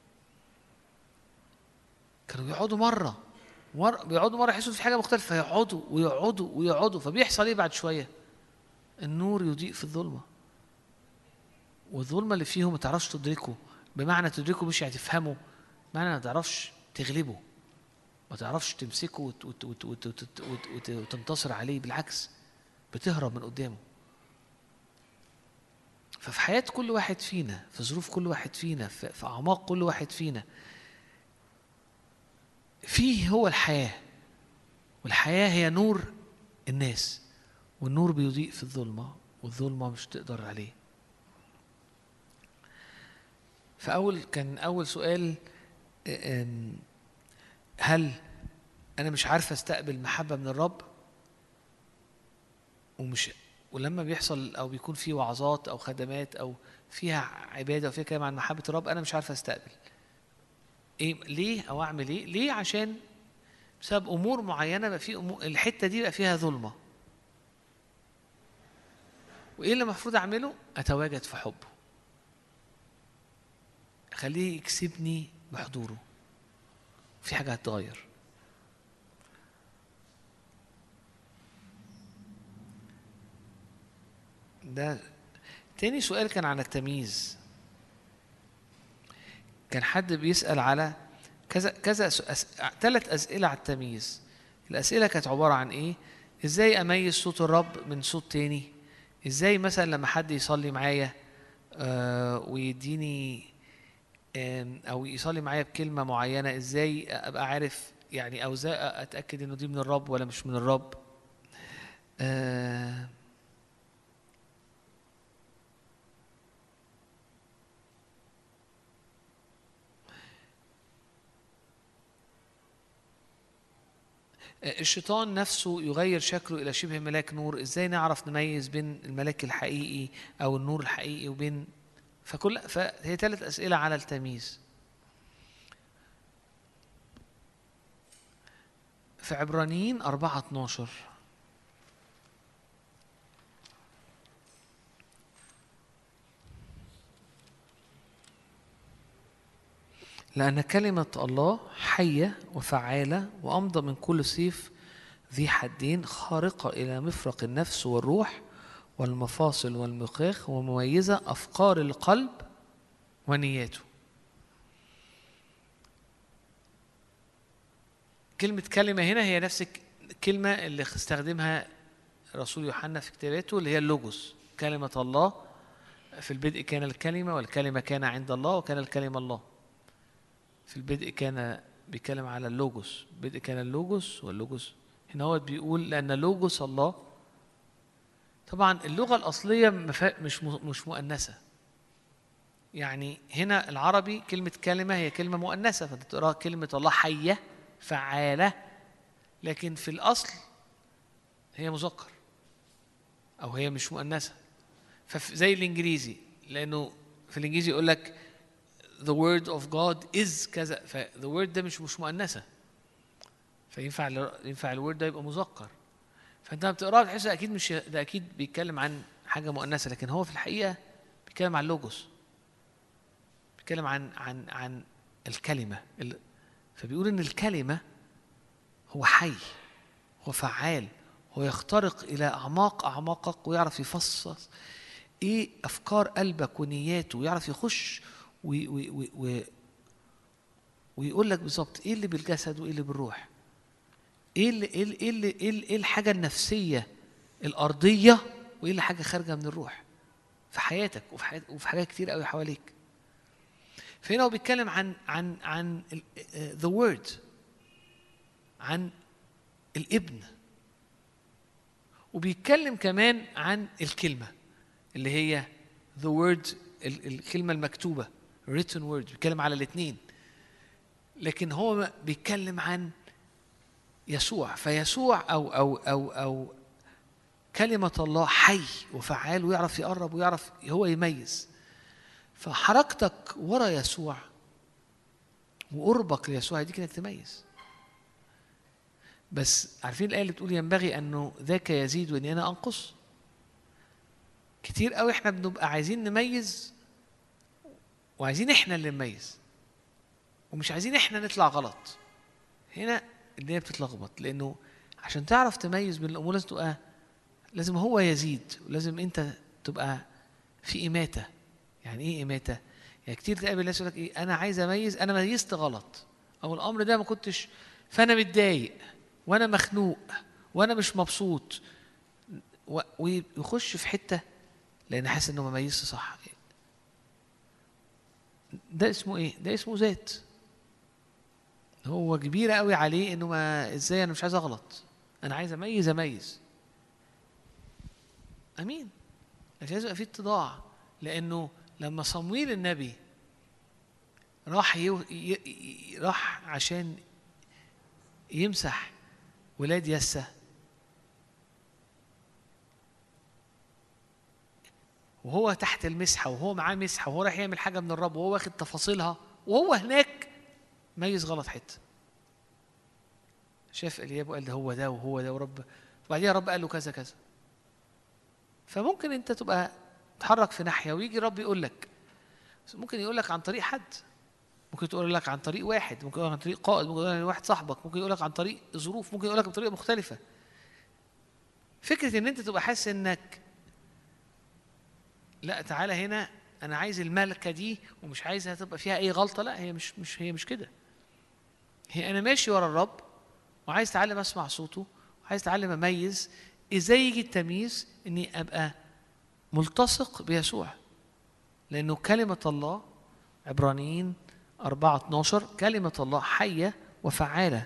كانوا بيقعدوا مره بيقعدوا مره يحسوا في حاجه مختلفه، يقعدوا ويقعدوا ويقعدوا. فبيحصل ايه بعد شويه؟ النور يضيء في الظلمه، والظلمه اللي فيهم ما تعرفش تدركه. بمعنى تدركه مش يعني تفهمه، بمعنى ما تعرفش تغلبه، ما تعرفش تمسكه وتنتصر عليه، بالعكس بتهرب من قدامه. ففي حياة كل واحد فينا، في ظروف كل واحد فينا، في أعماق كل واحد فينا، فيه هو الحياة، والحياة هي نور الناس، والنور بيضيء في الظلمة، والظلمة مش تقدر عليه. كان أول سؤال، هل أنا مش عارفة أستقبل محبة من الرب؟ ولما بيحصل أو بيكون في وعظات أو خدمات أو فيها عبادة وفيها كلام عن محبة الرب، أنا مش عارفة أستقبل. ليه؟ أو أعمل إيه؟ ليه؟ عشان بسبب أمور معينة بقى في الحتة دي بقى فيها ظلمة. وإيه اللي المفروض أعمله؟ أتواجد في حبه، أخليه يكسبني بحضوره، في حاجة هتتغير. ده تاني سؤال كان عن التمييز. كان حد بيسأل على كذا 3 أسئلة على التمييز. الأسئلة كانت عبارة عن إيه؟ إزاي أميز صوت الرب من صوت تاني؟ إزاي مثلا لما حد يصلي معايا ويديني أو يصلي معايا بكلمة معينة، إزاي أبقى عارف يعني، أو إزاي أتأكد إنه دي من الرب ولا مش من الرب؟ الشيطان نفسه يغير شكله إلى شبه ملاك نور. إزاي نعرف نميز بين الملاك الحقيقي أو النور الحقيقي وبين فهي 3 أسئلة على التمييز. في عبرانيين 4:12 لأن كلمة الله حية وفعالة وأمضى من كل سيف ذي حدين، خارقة إلى مفرق النفس والروح والمفاصل والمخاخ، ومميزة أفكار القلب ونياته. كلمة كلمة هنا هي نفس الكلمة اللي استخدمها رسول يوحنا في كتاباته، اللي هي اللوجوس، كلمة الله. في البدء كان الكلمة، والكلمة كان عند الله، وكان الكلمة الله. في البدء كان بيتكلم على اللوجوس، البدء كان اللوجوس، واللوجوس هنا هو بيقول لأن لوجوس الله. طبعا اللغة الأصلية مش مؤنثة، يعني هنا العربي كلمة كلمة هي كلمة مؤنثة، فأنت تقراها كلمة الله حية فعالة، لكن في الأصل هي مذكر او هي مش مؤنثه. فزي الانجليزي، لانه في الانجليزي يقول لك the word of God is كذا، ف the word ده مش مؤنثه، فينفع ينفع الورد ده يبقى مذكر. فانت لما بتقراه بتحس اكيد مش ده، اكيد بيتكلم عن حاجه مؤنثه، لكن هو في الحقيقه بيتكلم عن اللوجوس، بيتكلم عن الكلمه. فبيقول ان الكلمه هو حي، هو فعال، هو يخترق الى اعماق اعماقك ويعرف يفصص ايه افكار قلبك ونياته، ويعرف يخش ويقول لك بالظبط ايه اللي بالجسد وايه اللي بالروح، ايه الحاجه النفسيه الارضيه وايه اللي حاجه خارجه من الروح في حياتك وفي حاجات كتير قوي حواليك. فهنا هو بيتكلم عن the word، عن الابن، وبيتكلم كمان عن الكلمه اللي هي the word، الكلمه المكتوبه written word، بيتكلم على الاثنين. لكن هو بيتكلم عن يسوع، فيسوع أو كلمة الله حي وفعال، ويعرف يقرب ويعرف هو يميز. فحركتك ورا يسوع وقربك ليسوع يديك انك تميز. بس عارفين الآية اللي بتقول ينبغي أنه ذاك يزيد وإني أنا أنقص؟ كتير قوي احنا بنبقى عايزين نميز، وعايزين احنا اللي نميز، ومش عايزين احنا نطلع غلط. هنا الدنيا بتتلخبط، لأنه عشان تعرف تميز بين الأمور لازم هو يزيد، ولازم انت تبقى في إماتة. يعني ايه إماتة؟ يعني كتير تقابل ناس يقول لك ايه، انا عايز اميز، انا ميزت غلط، او الامر ده ما كنتش، فانا متضايق وانا مخنوق وانا مش مبسوط، ويخش في حته لان حاسس انه ما ميزش صح. ده اسمه ايه؟ ده اسمه ذات. هو كبيره قوي عليه انه ما ازاي انا مش عايز اغلط، انا عايز اميز. امين. لكن لازم يبقى في اتضاع، لانه لما صمويل النبي راح عشان يمسح ولاد يسى، وهو تحت المسحه وهو معاه مسحه وهو رايح يعمل حاجه من الرب وهو واخد تفاصيلها، وهو هناك ميز غلط حته. شاف الياب وقال ده هو ده وهو ده ورب، وبعدين الرب قال له كذا كذا. فممكن انت تبقى تحرك في ناحيه ويجي الرب يقول لك، ممكن يقول لك عن طريق حد، ممكن تقول لك عن طريق واحد، ممكن يقول لك عن طريق قائد، ممكن يقول لك واحد صاحبك، ممكن يقول لك عن طريق ظروف، ممكن يقول لك بطريقه مختلفه. فكره ان انت تبقى حاسس انك لا تعالى هنا انا عايز الملكه دي ومش عايزها تبقى فيها اي غلطه، لا هي مش كده. هي انا ماشي ورا الرب وعايز اتعلم اسمع صوته، وعايز اتعلم اميز. ازاي يجي التمييز؟ اني ابقى ملتصق بيسوع، لانه كلمه الله، عبرانيين 4:12، كلمه الله حيه وفعاله.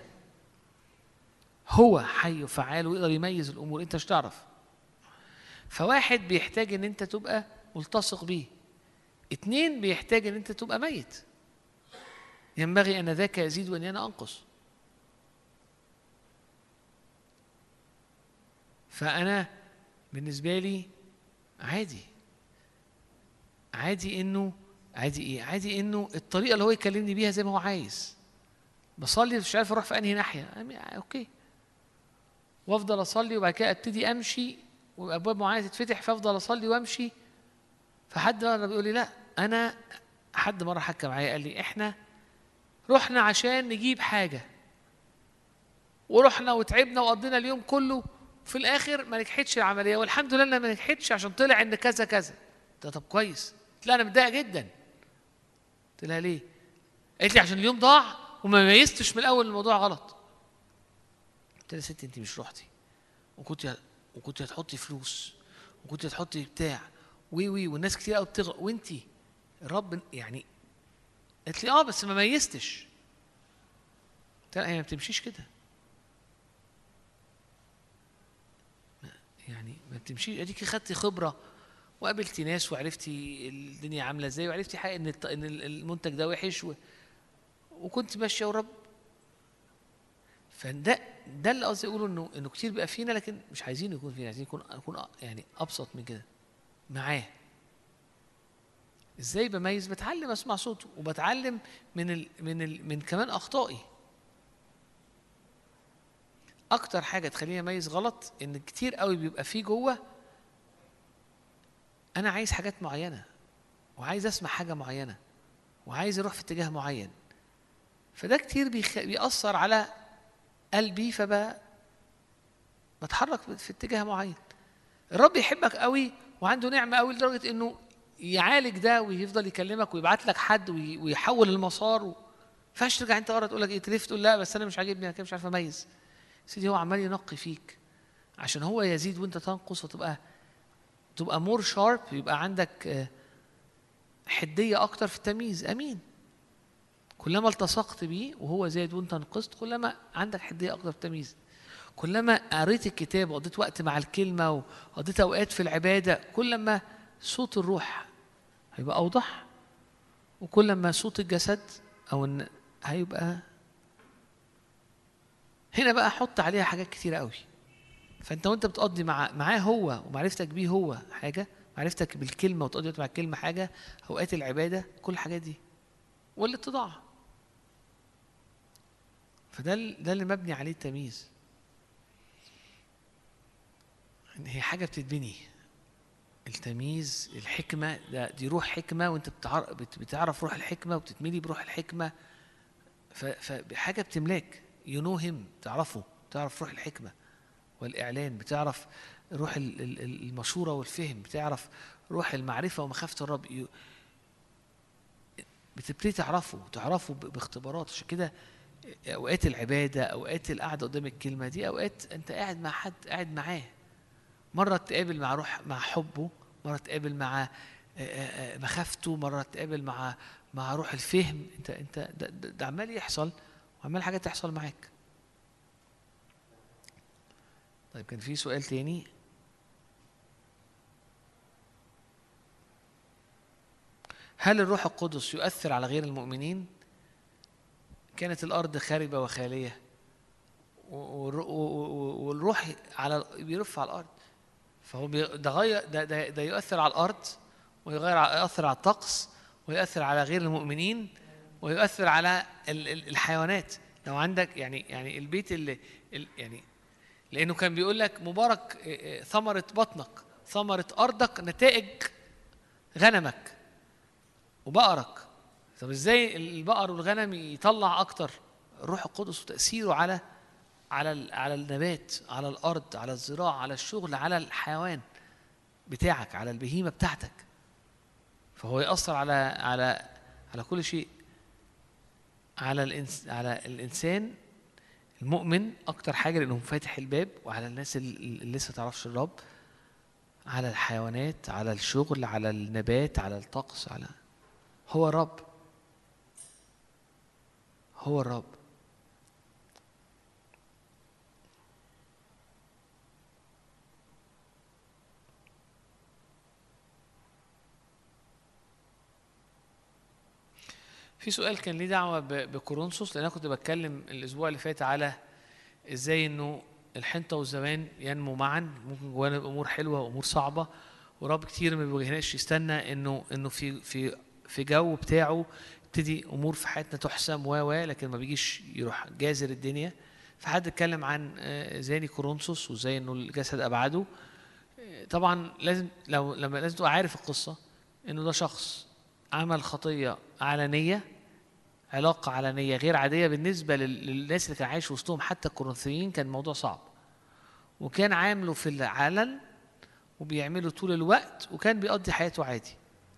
هو حي وفعال ويقدر يميز الامور، انت مش تعرف. فواحد بيحتاج ان انت تبقى ملتصق بيه، 2 بيحتاج ان انت تبقى ميت. ينبغي ان ذاك يزيد واني انا انقص. فانا بالنسبه لي عادي انه عادي انه الطريقه اللي هو يكلمني بيها زي ما هو عايز. بصلي مش عارف اروح في انهي ناحيه، اوكي، وافضل اصلي، وبعد كده ابتدي امشي وابواب معينه تتفتح، فافضل اصلي وامشي. فحد مره بيقول لي لا، انا حد مره حكى معايا قال لي احنا رحنا عشان نجيب حاجه، ورحنا وتعبنا وقضينا اليوم كله، في الاخر ما نجحتش العمليه، والحمد لله انها ما نجحتش عشان طلع ان كذا كذا. طب كويس. قلت لها انا متضايقه جدا. قلت لها ليه؟ قالت لي عشان اليوم ضاع وما ميزتش من الاول الموضوع غلط. قلت لها ست انت مش رحتي وكنت هتحطي فلوس وكنت هتحطي بتاع والناس كتير قوي بتغرق وانت الرب يعني. قالت لي بس ما ميزتش. قلت لها هي ما بتمشيش كده، يعني ما بتمشيش. اديكي خدتي خبره وقابلتي ناس وعرفتي الدنيا عامله ازاي، وعرفتي حقيقة ان المنتج ده وحش وكنت ماشيه ورب. فده اللي قصدي اقوله، انه كتير بيبقى فينا لكن مش عايزين يكون فينا، عايزين يكون يعني ابسط من كده معاه. ازاي بميز؟ بتعلم اسمع صوته، وبتعلم من كمان اخطائي. اكتر حاجه تخليني اميز غلط ان كتير قوي بيبقى فيه جوه انا عايز حاجات معينه، وعايز اسمع حاجه معينه، وعايز اروح في اتجاه معين، فده كتير بيأثر على قلبي، بتحرك في اتجاه معين. الرب يحبك قوي وعنده نعمه قوي لدرجه انه يعالج ده ويفضل يكلمك ويبعت لك حد ويحول المسار فاش ترجع انت ورا تقول لك ايه، تلف تقول لا بس انا مش عاجبني، انا كده مش عارف اميز. سيدي هو عمال ينقي فيك عشان هو يزيد وانت تنقص، تبقى مور شارب، يبقى عندك حديه اكتر في التمييز. امين. كلما التصقت بيه وهو زاد وانت نقصت، كلما عندك حديه اكتر في التمييز. كلما قريت الكتاب وقضيت وقت مع الكلمه وقضيت اوقات في العباده، كلما صوت الروح هيبقى اوضح، وكلما صوت الجسد هيبقى هنا بقى حط عليها حاجات كتيره قوي. فانت وانت بتقضي معاه هو ومعرفتك بيه هو حاجه، معرفتك بالكلمه وتقضي وقت مع الكلمه حاجه، اوقات العباده، كل الحاجات دي، والاتضاع. فده اللي مبني عليه التمييز. هي حاجه بتتبني، التمييز، الحكمه، دي روح حكمه، وانت بتعرف روح الحكمه وبتتملي بروح الحكمه، فحاجه بتملاك. ينوهم، تعرف روح الحكمه والاعلان، بتعرف روح المشوره والفهم، بتعرف روح المعرفه ومخافه الرب، بتبتدي تعرفه باختبارات. عشان كده اوقات العباده، اوقات القعده قدام الكلمه دي، اوقات انت قاعد مع حد، قاعد معاه، مره تقابل مع روح، مع حبه، مره تقابل مع مخافته، مره تقابل مع روح الفهم. انت ده عمال يحصل، وعمال حاجه تحصل معاك. طيب كان في سؤال تاني. هل الروح القدس يؤثر على غير المؤمنين؟ كانت الارض خاربه وخاليه، والروح بيرف على الارض، فهو ده يؤثر على الارض، يؤثر على الطقس، ويؤثر على غير المؤمنين، ويؤثر على الحيوانات. لو عندك يعني البيت يعني لانه كان بيقول لك مبارك ثمرة بطنك، ثمرة ارضك، نتائج غنمك وبقرك. طب ازاي البقر والغنم يطلع اكتر؟ الروح القدس وتأثيره على النبات، على الارض، على الزراعة، على الشغل، على الحيوان بتاعك، على البهيمة بتاعتك. فهو يأثر على كل شيء، على الإنسان المؤمن أكتر حاجة لأنه فاتح الباب، وعلى الناس اللي لسه تعرفش الرب، على الحيوانات، على الشغل، على النبات، على الطقس، هو الرب. في سؤال كان ليه دعوة بكورنثوس، لأن أنا كنت بتكلم الأسبوع اللي فات على إزاي إنه الحنطة والزمان ينمو معا، ممكن جوانا أمور حلوة وأمور صعبة، ورب كتير ما بيواجهناش يستنى إنه في جو بتاعه تبتدي أمور في حياتنا تحسم لكن ما بيجيش يروح جازر الدنيا. فحد اتكلم عن زاني كورنثوس وإزاي إنه الجسد أبعده. طبعا لازم تبقى عارف القصة، إنه ده شخص عمل خطية علنية، علاقة علنية غير عادية بالنسبة للناس اللي كان عايش وسطهم، حتى الكورنثيين كان الموضوع صعب، وكان عامله في العلن وبيعمله طول الوقت، وكان بيقضي حياته عادي.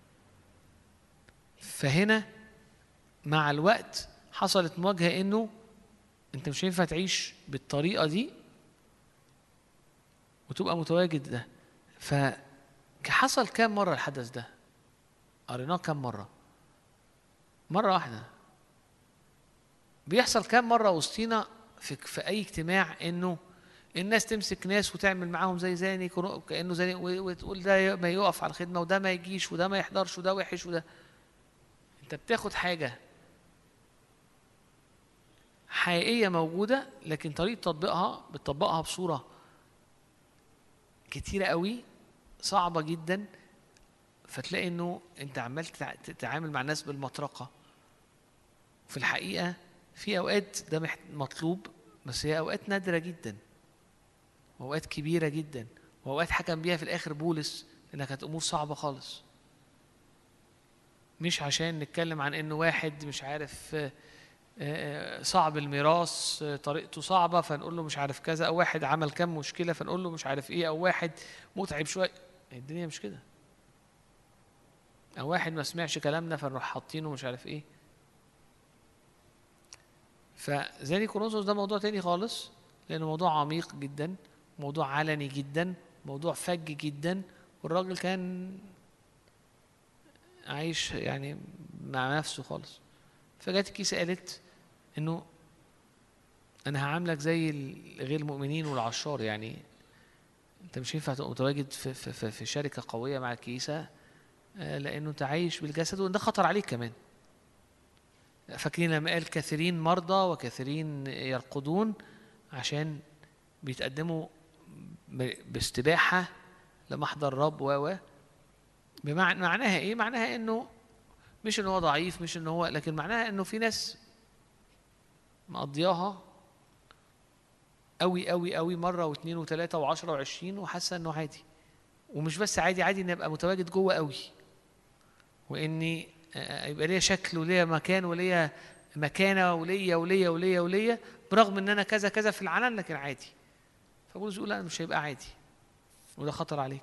فهنا مع الوقت حصلت مواجهة إنه أنت مش هينفع تعيش بالطريقة دي وتبقى متواجد ده. فحصل كام مرة الحدث ده؟ قريناه كام مرة؟ مرة واحدة. بيحصل كام مرة وسطينا في أي اجتماع إنه الناس تمسك ناس وتعمل معاهم زي زاني، كأنه زاني، وتقول ده ما يقف على الخدمة، وده ما يجيش، وده ما يحضرش، وده وحش، وده. أنت بتاخد حاجة حقيقية موجودة، لكن طريقة تطبيقها بتطبقها بصورة كتيرة قوي، صعبة جدا. فتلاقي انه انت عمال تتعامل مع الناس بالمطرقة. في الحقيقة في اوقات ده مطلوب، بس هي اوقات نادرة جدا واوقات كبيرة جدا، واوقات حكم بيها في الاخر بولس لانها كانت امور صعبة خالص. مش عشان نتكلم عن انه واحد مش عارف صعب الميراث، طريقته صعبة فنقول له مش عارف كذا، او واحد عمل كام مشكلة فنقول له مش عارف ايه، او واحد متعب شوية. الدنيا مش كده. او واحد ما سمعش كلامنا فنروح حاطينه مش عارف ايه. فزي كورنثوس ده موضوع تاني خالص، لانه موضوع عميق جدا، موضوع علني جدا، موضوع فج جدا، والراجل كان عايش يعني مع نفسه خالص. فجات الكيسة قالت انه انا هعاملك زي غير المؤمنين والعشار. يعني انت مش ينفع تبقى متواجد في شركة قوية مع الكيسة، لانه انت عايش بالجسد وده خطر عليك كمان. فاكرين لما قال كثيرين مرضى وكثيرين يرقدون، عشان بيتقدموا باستباحة لمحضر الرب معناها ايه؟ معناها انه مش ان هو ضعيف، مش ان هو، لكن معناها انه في ناس مقضياها قوي قوي قوي مرة واثنين وثلاثة وعشرة وعشرين، وحاسة انه عادي. ومش بس عادي، عادي ان ابقى متواجد جوه قوي، واني يبقى ليا شكل وليا مكان وليا مكانة وليا وليا وليا وليا، برغم ان انا كذا كذا في العلن لكن عادي. فبولس يقول لا، مش هيبقى عادي، وده خطر عليك.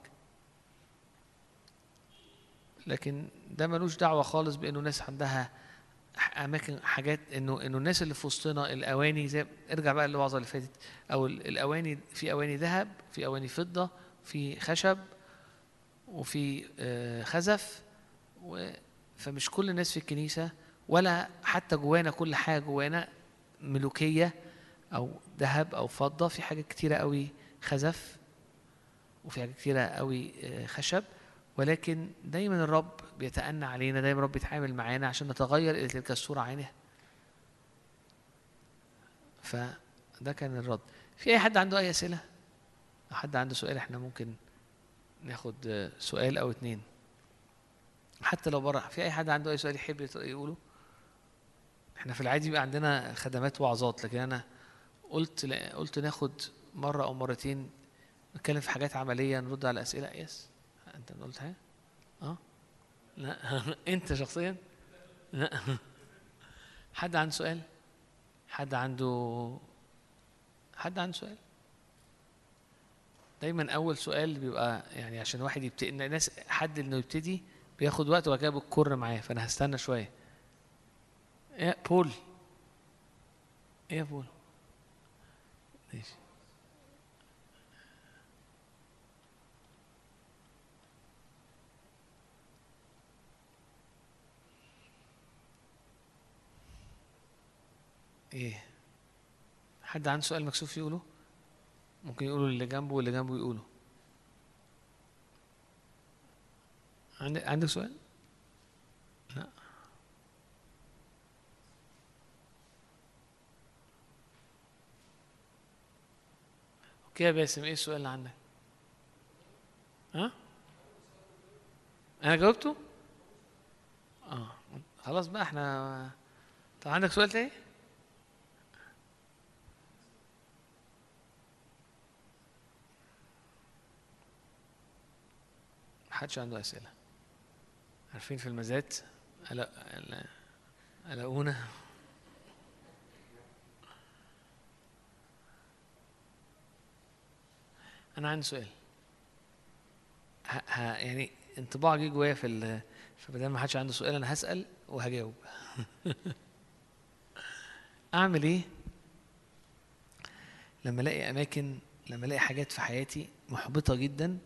لكن ده ملوش دعوة خالص بانه ناس عندها اماكن حاجات، انه الناس اللي في وسطنا الاواني، زي ارجع بقى للوعظة اللي فاتت، او الاواني، في اواني ذهب، في اواني فضة، في خشب، وفي خزف. فمش كل الناس في الكنيسة ولا حتى جوانا كل حاجة جوانا ملوكية أو ذهب أو فضة. في حاجات كتيرة قوي خزف، وفي حاجات كتيرة قوي خشب. ولكن دايما الرب بيتأنى علينا، دايما الرب بيتعامل معانا عشان نتغير إلى تلك الصورة عينها. فده كان الرد. في أي حد عنده أي أسئلة؟ لو حد عنده سؤال احنا ممكن ناخد سؤال أو اتنين، حتى لو بره. في أي حد عنده أي سؤال يحب يقوله؟ احنا في العادي بيبقى عندنا خدمات وعظات، لكن أنا قلت ناخد مرة أو مرتين نتكلم في حاجات عملية، نرد على أسئلة. يس، أنت قلت حاجة؟ لا أنت شخصيا؟ لا. حد عنده سؤال؟ حد عنده سؤال؟ دايما أول سؤال بيبقى يعني عشان واحد يبتدي، الناس حد إنه يبتدي بياخد وقت وبعد كده بالكر معاه، فأنا هستنى شوية. يا بول، يا بول، ماشي. ايه، حد عنده سؤال مكسوف يقوله؟ ممكن يقوله اللي جنبه واللي جنبه يقوله. عندك سؤال؟ لا. اوكي يا باسم، ايه السؤال اللي عندك؟ ها؟ انا جاوبته؟ خلاص بقى احنا. طب عندك سؤال تاني؟ محدش عنده اسئله؟ عارفين في المزاد قلقونا. انا عندي سؤال. يعني انطباع جه جوايا فبدل ما حدش عنده سؤال انا هسال وهجاوب. اعمل ايه لما الاقي حاجات في حياتي محبطه جدا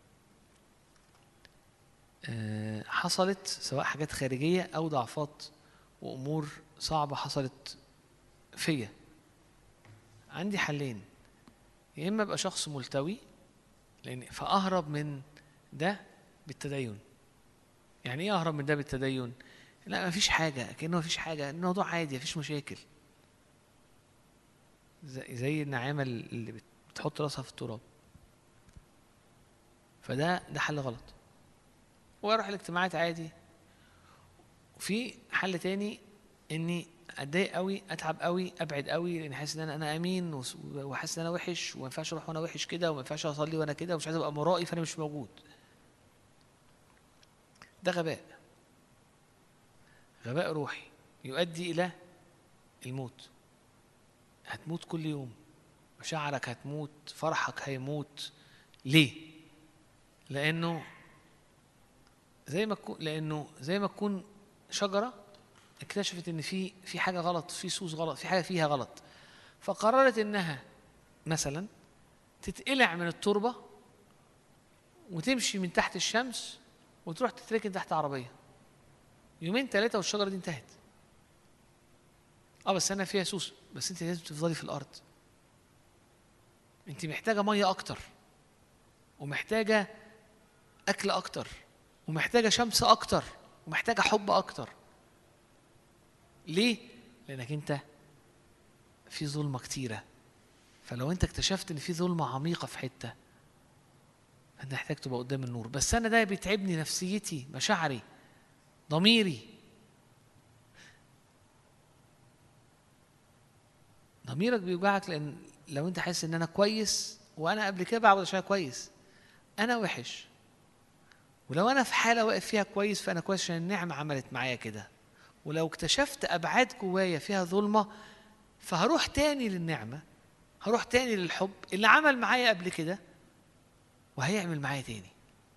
حصلت، سواء حاجات خارجيه او ضعفات وامور صعبه حصلت فيا؟ عندي حلين. يا اما ابقى شخص ملتوي فاهرب من ده بالتدين. يعني ايه اهرب من ده بالتدين؟ لا، مفيش حاجه، كأنه مفيش حاجه، الموضوع عادي، مفيش مشاكل. زي النعامة اللي بتحط راسها في التراب. فده حل غلط. واروح الاجتماعات عادي. وفي حل تاني اني اتضايق قوي، اتعب قوي، ابعد قوي، لان حاسس ان انا امين، وحاسس ان انا وحش، وما ينفعش اروح وانا وحش كده، وما ينفعش اصلي وانا كده، ومش عايز ابقى مرائي فانا مش موجود. ده غباء، غباء روحي يؤدي الى الموت. هتموت كل يوم، مشاعرك هتموت، فرحك هيموت. ليه؟ لانه زي ما تكون شجره اكتشفت ان في حاجه غلط، في سوس غلط، في حاجه فيها غلط، فقررت انها مثلا تتقلع من التربه وتمشي من تحت الشمس وتروح تتركن تحت عربيه. يومين 3 والشجره دي انتهت. بس انا فيها سوس، بس انت لازم تفضلي في الارض. انت محتاجه ميه اكتر، ومحتاجه اكل اكتر، ومحتاجه شمس اكتر، ومحتاجه حب اكتر. ليه؟ لانك انت في ظلمه كتيره. فلو انت اكتشفت ان في ظلمه عميقه في حته، انت محتاج تبقى قدام النور. بس انا ده بيتعبني، نفسيتي، مشاعري، ضميري. ضميرك بيوجعك لان لو انت حاسس ان انا كويس، وانا قبل كده بعبد عشان كويس، انا وحش. ولو انا في حاله واقف فيها كويس، فانا كويس عشان النعمه عملت معايا كده. ولو اكتشفت ابعاد جوايا فيها ظلمه، فهروح تاني للنعمه، هروح تاني للحب اللي عمل معايا قبل كده وهيعمل معايا تاني.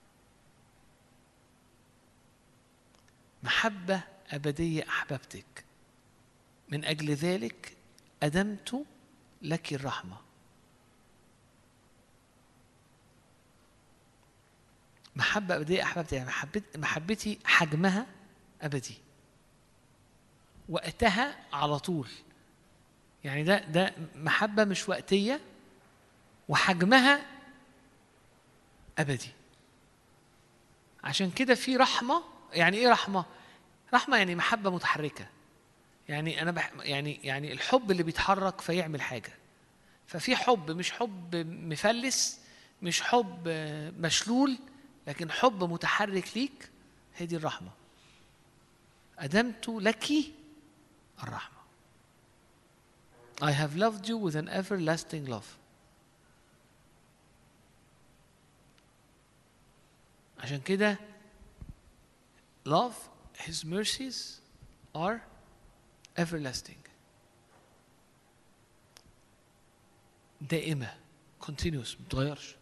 محبه ابديه احببتك، من اجل ذلك ادمت لك الرحمه. محبه ابديه احببتك، يعني محبتي حجمها ابدي، وقتها على طول. يعني ده محبة مش وقتية، وحجمها أبدي. عشان كده في رحمة. يعني إيه رحمة؟ رحمة يعني محبة متحركة. يعني أنا يعني الحب اللي بيتحرك فيعمل حاجة. ففي حب مش حب مفلس، مش حب مشلول، لكن حب متحرك ليك. هي دي الرحمة. أدمت لك الرحمة. I have loved you with an everlasting love. عشان كده love, his mercies are everlasting. دائمة، continuous، متغيرش.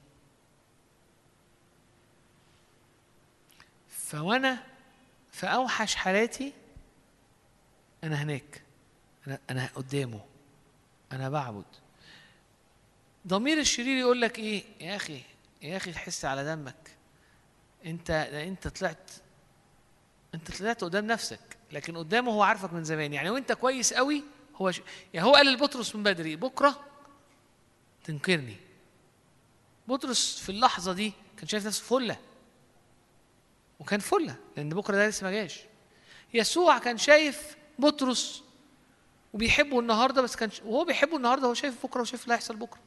فوانا في أوحش حالاتي أنا هناك، أنا قدامه، أنا بعبد. ضمير الشرير يقول لك إيه؟ يا أخي تحس على دمك. أنت طلعت قدام نفسك، لكن قدامه هو عارفك من زمان. يعني وأنت كويس قوي يعني هو قال لبطرس من بدري بكرة تنكرني. بطرس في اللحظة دي كان شايف نفسه فلة، وكان فلة لأن بكرة ده لسه ما جاش. يسوع كان شايف بطرس وبيحبه النهارده، بس كان وهو بيحبه النهارده هو شايف بكره وشايف اللي هيحصل بكره.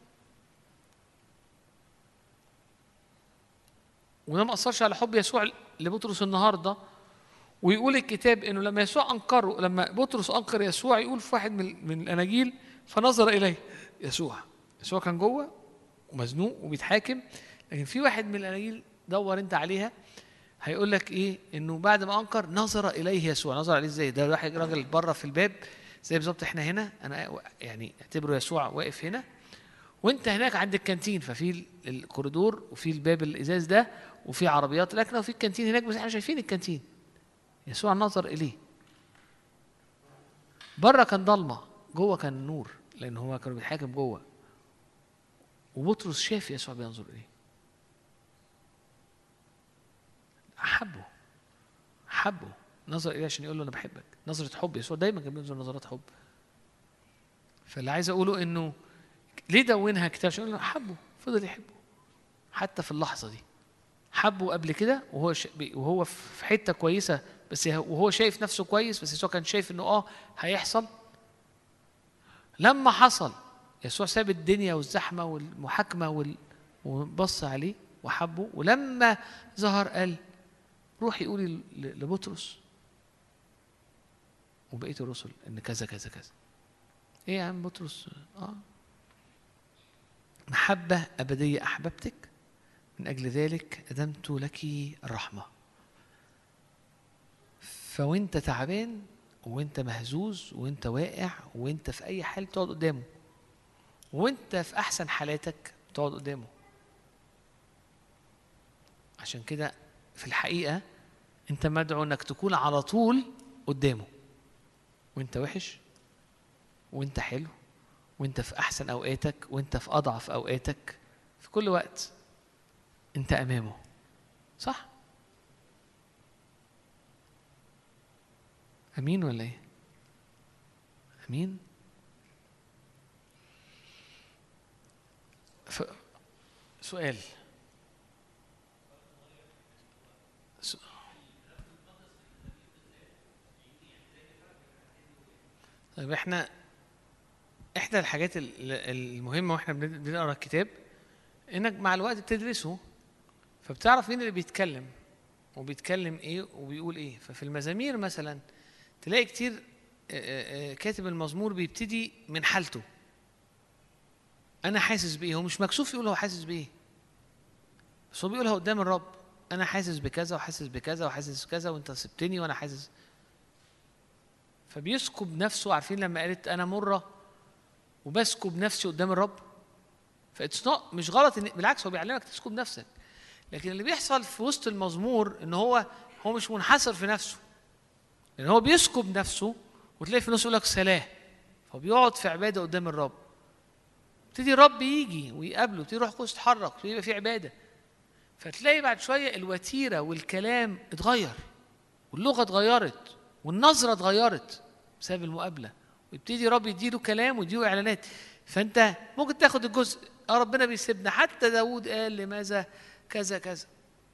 وده ما اثرش على حب يسوع لبطرس النهارده. ويقول الكتاب انه لما بطرس انكر يسوع، يقول في واحد من الاناجيل فنظر اليه يسوع كان جوه ومزنوق وبيتحاكم. لكن في واحد من الاناجيل دور انت عليها هيقول لك ايه؟ انه بعد ما انكر نظر اليه يسوع. نظر عليه ازاي؟ ده واحد راجل بره في الباب زي بالظبط احنا هنا. انا يعني اعتبره يسوع واقف هنا وانت هناك عند الكانتين، ففي الكوريدور وفي الباب الازاز ده وفي عربيات راكنه وفي الكانتين هناك، بس احنا شايفين الكانتين. يسوع نظر اليه. بره كان ضلمه، جوه كان نور، لان هو كانوا بيتحاكم جوه. وبطرس شاف يسوع بينظر اليه، حبه نظر اليه عشان يقول له انا بحبك. نظره حب. يسوع دايما كان بينظر نظرات حب. فاللي عايز اقوله انه ليه دونها كتاب؟ عشان يقول له حبه، فضل يحبه حتى في اللحظه دي. حبه قبل كده وهو في حته كويسه، بس وهو شايف نفسه كويس، بس يسوع كان شايف انه هيحصل. لما حصل يسوع ساب الدنيا والزحمة والمحاكمة وبص عليه وحبه، ولما ظهر قال روحي قولي لبطرس وبقية الرسل ان كذا كذا كذا. ايه يا عم بطرس؟ محبة أبدية أحببتك، من أجل ذلك أدمت لك الرحمة. فوانت تعبان وانت مهزوز وانت واقع وانت في أي حال تقعد قدامه، وانت في أحسن حالاتك تقعد قدامه. عشان كده في الحقيقة انت مدعو انك تكون على طول قدامه، وانت وحش وانت حلو وانت في أحسن أوقاتك وانت في أضعف أوقاتك، في كل وقت انت أمامه. صح؟ أمين ولا إيه؟ أمين؟ سؤال. طيب احنا احدى الحاجات المهمة واحنا بنقرا الكتاب انك مع الوقت بتدرسه، فبتعرف مين اللي بيتكلم وبيتكلم ايه وبيقول ايه. ففي المزامير مثلا تلاقي كتير كاتب المزمور بيبتدي من حالته، انا حاسس بايه. هو مش مكسوف يقول هو حاسس بايه، بس هو بيقولها قدام الرب، انا حاسس بكذا وحاسس بكذا وحاسس بكذا وانت سبتني وانا حاسس. فبيسكب نفسه. عارفين لما قالت انا مرة وبسكب نفسي قدام الرب؟ مش غلط، بالعكس هو بيعلمك تسكب نفسك. لكن اللي بيحصل في وسط المزمور ان هو مش منحصر في نفسه، لان هو بيسكب نفسه، وتلاقي في النص يقول لك سلام، فبيقعد في عباده قدام الرب. يبتدي الرب يجي ويقابله، يبتدي روح القدس يتحرك ويبقى في عباده. فتلاقي بعد شويه الوتيره والكلام اتغير، واللغه اتغيرت، والنظره اتغيرت بسبب المقابله، ويبتدي الرب يديله كلام ويديله اعلانات. فانت ممكن تاخد الجزء ربنا بيسيبنا. حتى داود قال لماذا كذا كذا،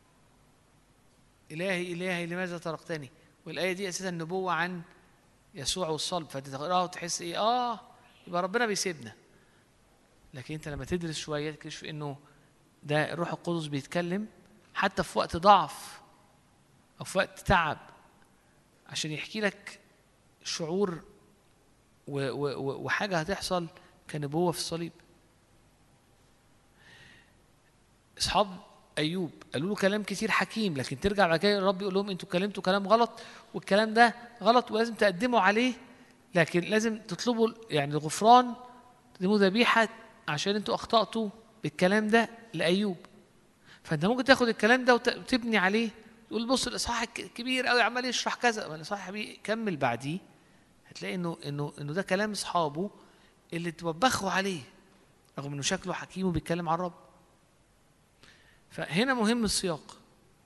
إلهي إلهي لماذا تركتني. والآية دي أساسا نبوة عن يسوع والصلب، فتقراها وتحس إيه؟ يبقى ربنا بيسيبنا. لكن أنت لما تدرس شوية تكتشف إنه ده الروح القدس بيتكلم حتى في وقت ضعف أو في وقت تعب، عشان يحكي لك شعور وحاجة هتحصل كنبوة في الصليب. أصحاب أيوب قالوا له كلام كتير حكيم، لكن ترجع بعد كده الرب يقول لهم أنتوا كلمتوا كلام غلط، والكلام ده غلط ولازم تقدموا عليه، لكن لازم تطلبوا يعني الغفران، تقدموا ذبيحة عشان أنتوا أخطأتوا بالكلام ده لأيوب. فأنت ممكن تاخد الكلام ده وتبني عليه، تقول بص الإصحاح كبير قوي عمال يشرح كذا، الإصحاح كمل بعديه هتلاقي إنه ده كلام أصحابه اللي توبخوا عليه رغم إنه شكله حكيم وبيتكلم عن الرب. فهنا مهم السياق.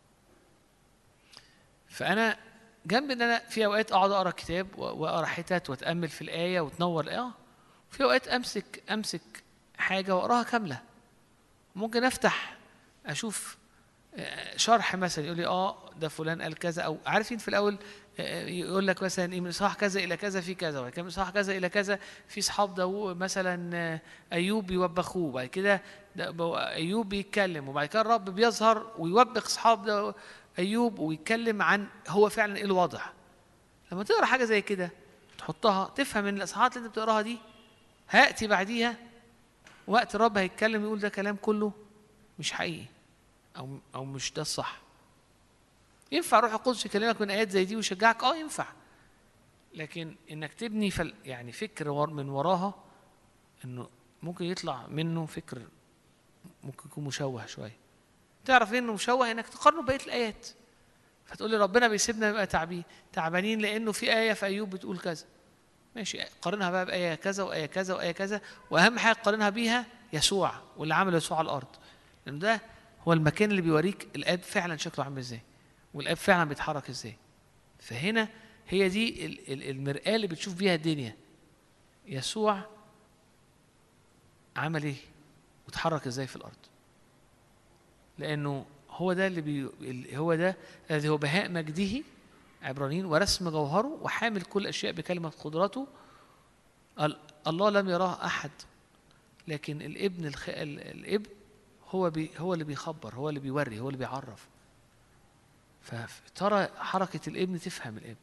فأنا جنب إن أنا في أوقات أقعد أقرأ كتاب وأقرأ حتت وأتأمل في الآية وتنور الآية، في أوقات أمسك حاجة وأقراها كاملة. ممكن أفتح أشوف شرح مثلا يقول لي ده فلان قال كذا، أو عارفين في الأول يقول لك مثلا من إصحاح كذا إلى كذا في كذا، وبعد كده من إصحاح كذا إلى كذا في أصحاب ده مثلا أيوب بيوبخوه، وبعد كده أيوب بيتكلم، وبعد كده الرب بيظهر ويوبخ أصحاب ده أيوب ويتكلم عن هو فعلا إيه الوضع. لما تقرأ حاجة زي كده تحطها تفهم إن الإصحاحات اللي أنت بتقراها دي هيأتي بعديها وقت الرب هيتكلم يقول ده كلام كله مش حقيقي أو مش ده الصح. ينفع روح القدس يكلمك من آيات زي دي ويشجعك؟ ينفع. لكن إنك تبني يعني فكر من وراها، إنه ممكن يطلع منه فكر ممكن يكون مشوه شوية. تعرف إنه مشوه إنك تقارنه بقية الآيات، فتقول لي ربنا بيسيبنا نبقى تعبانين لأنه في آية في أيوب بتقول كذا. ماشي، قارنها بقى بآية كذا وآية كذا وآية كذا، وأهم حاجة قارنها بيها يسوع واللي عمله يسوع على الأرض، لأن ده هو المكان اللي بيوريك الآب فعلا شكله عامل إزاي والآب فعلا بيتحرك إزاي. فهنا هي دي المرآة اللي بتشوف بيها الدنيا، يسوع عمل إيه وتحرك إزاي في الأرض، لأنه هو ده هو ده الذي هو بهاء مجده عبرانيين ورسم جوهره وحامل كل أشياء بكلمة قدرته. الله لم يراه أحد لكن الابن هو اللي بيخبر، هو اللي بيوري، هو اللي بيعرف. فترى حركة الابن تفهم الابن.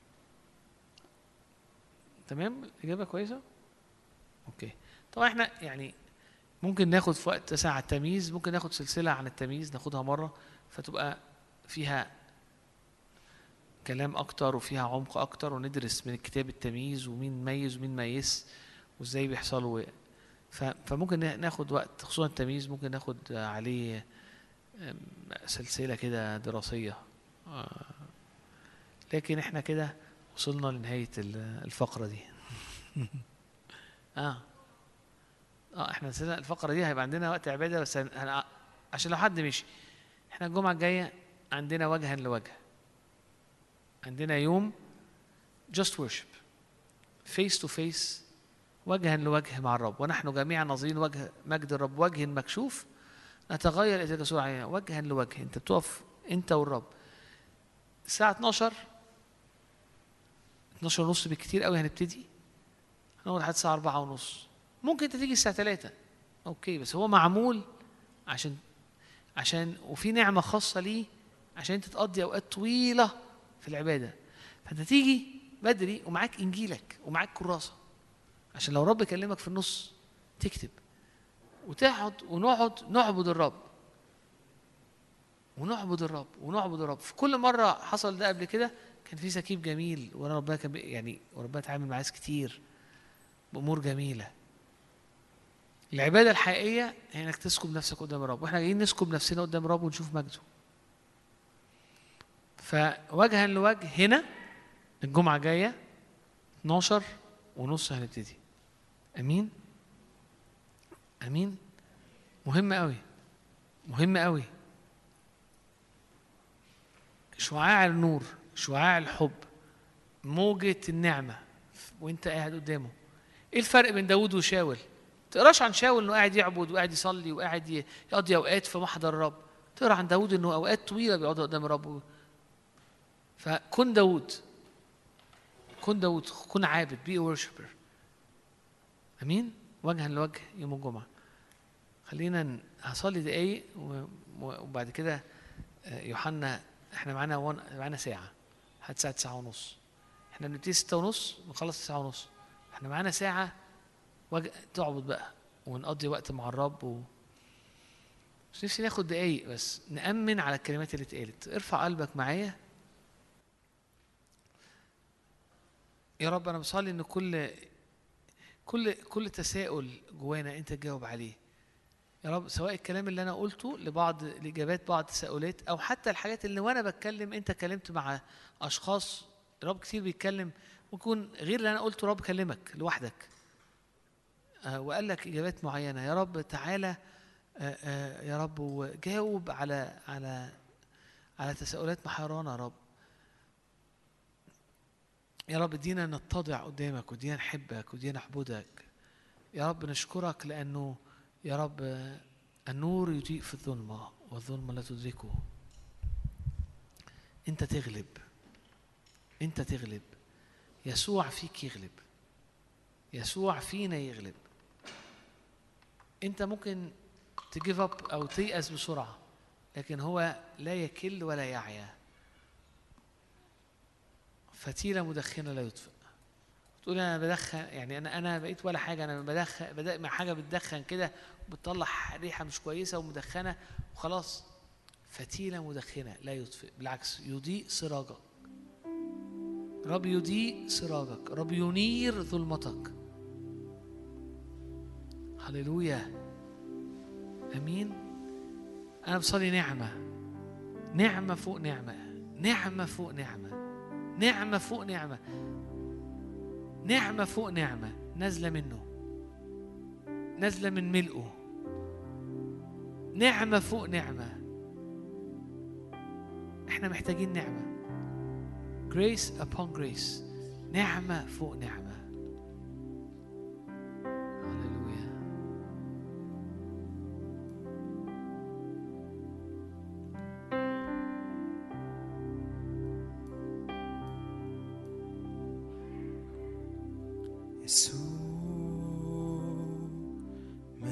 تمام؟ الإجابة كويسة؟ أوكي. طبعا احنا يعني ممكن ناخد في وقت ساعة التمييز، ممكن ناخد سلسلة عن التمييز ناخدها مرة، فتبقى فيها كلام أكتر وفيها عمق أكتر، وندرس من الكتاب التمييز ومين ميز ومين ميز وإزاي بيحصلوا. فممكن ناخد وقت، خصوصا التمييز ممكن ناخد عليه سلسلة كده دراسية. لكن احنا كده وصلنا لنهاية الفقرة دي. احنا الفقرة دي هيبقى عندنا وقت عبادة، بس عشان لو حد مشي، احنا الجمعة الجاية عندنا وجها لوجه، عندنا يوم just worship face to face، وجها لوجه مع الرب، ونحن جميعا ناظرين وجه مجد الرب وجه مكشوف نتغير إذا كسور عيننا، وجها لوجه. انت بتقف انت والرب الساعة 12 ونص بالكتير قوي هنبتدي، هنقعد لحد الساعة 4 ونص. ممكن انت تيجي الساعة 3، اوكي، بس هو معمول عشان وفي نعمة خاصة ليه عشان انت تقضي اوقات طويلة في العبادة. فانت تيجي بدري ومعاك انجيلك ومعاك كراسة، عشان لو رب يكلمك في النص تكتب وتقعد ونقعد نعبد الرب ونعبد الرب ونعبد الرب. في كل مرة حصل ده قبل كده كان في سكيب جميل، وانا ربنا كان يعني وربنا اتعامل مع ناس كتير بأمور جميلة. العبادة الحقيقية هي انك تسكب نفسك قدام الرب، واحنا جايين نسكب نفسنا قدام الرب ونشوف مجده. فوجها لوجه هنا الجمعة جاية 12 ونص هنبتدي. امين امين. مهم قوي، مهم قوي. شعاع النور، شعاع الحب، موجة النعمة وانت قاعد قدامه. ايه الفرق بين داود وشاول؟ تقراش عن شاول انه قاعد يعبد وقاعد يصلي وقاعد يقضي اوقات في محضر الرب، تقرا عن داود انه اوقات طويله بيقعد قدام الرب. فكن داود، كن عابد، بي ورشبر. امين. وجها لوجه يوم الجمعه. خلينا هصلي دقايق وبعد كده يوحنا، احنا معانا ساعه لحد الساعه 9 ونص. احنا بنبتدي 6 ونص ونخلص 9 ونص. احنا معانا ساعه تعبد بقى ونقضي وقت مع الرب مش نفسي ناخد دقايق بس نأمن على الكلمات اللي اتقالت. ارفع قلبك معايا. يا رب انا بصلي ان كل تساؤل جوانا انت تجاوب عليه يا رب، سواء الكلام اللي انا قلته لاجابات بعض التساؤلات، او حتى الحاجات اللي وانا بتكلم انت كلمت مع اشخاص. رب كتير بيتكلم ممكن غير اللي انا قلته، رب كلمك لوحدك وقال لك اجابات معينه. يا رب تعالى يا رب وجاوب على تساؤلات محيرانا. يا رب، يا رب ادينا نتضع قدامك، ودينا نحبك، ودينا نعبدك. يا رب نشكرك لانه يا رب النور يضيء في الظلمه والظلمه لا تدركه. انت تغلب، انت تغلب. يسوع فيك يغلب، يسوع فينا يغلب. انت ممكن تجيف اب او تيأس بسرعه، لكن هو لا يكل ولا يعيا. فتيله مدخنه لا يطفئ. تقول انا بدخن، يعني انا بقيت ولا حاجه، انا بدأ مع حاجه بتدخن كده وبتطلع ريحه مش كويسه ومدخنه وخلاص. فتيله مدخنه لا يطفئ، بالعكس يضيء سراجك. رب يضيء سراجك، رب ينير ظلمتك. هللويا امين. انا بصلي نعمه فوق نعمه، نعمه فوق نعمه، نعمه فوق نعمه، نعمه فوق نعمه نازله منه، نازله من ملئه. نعمه فوق نعمه. احنا محتاجين نعمه. grace upon grace، نعمه فوق نعمه. يسوع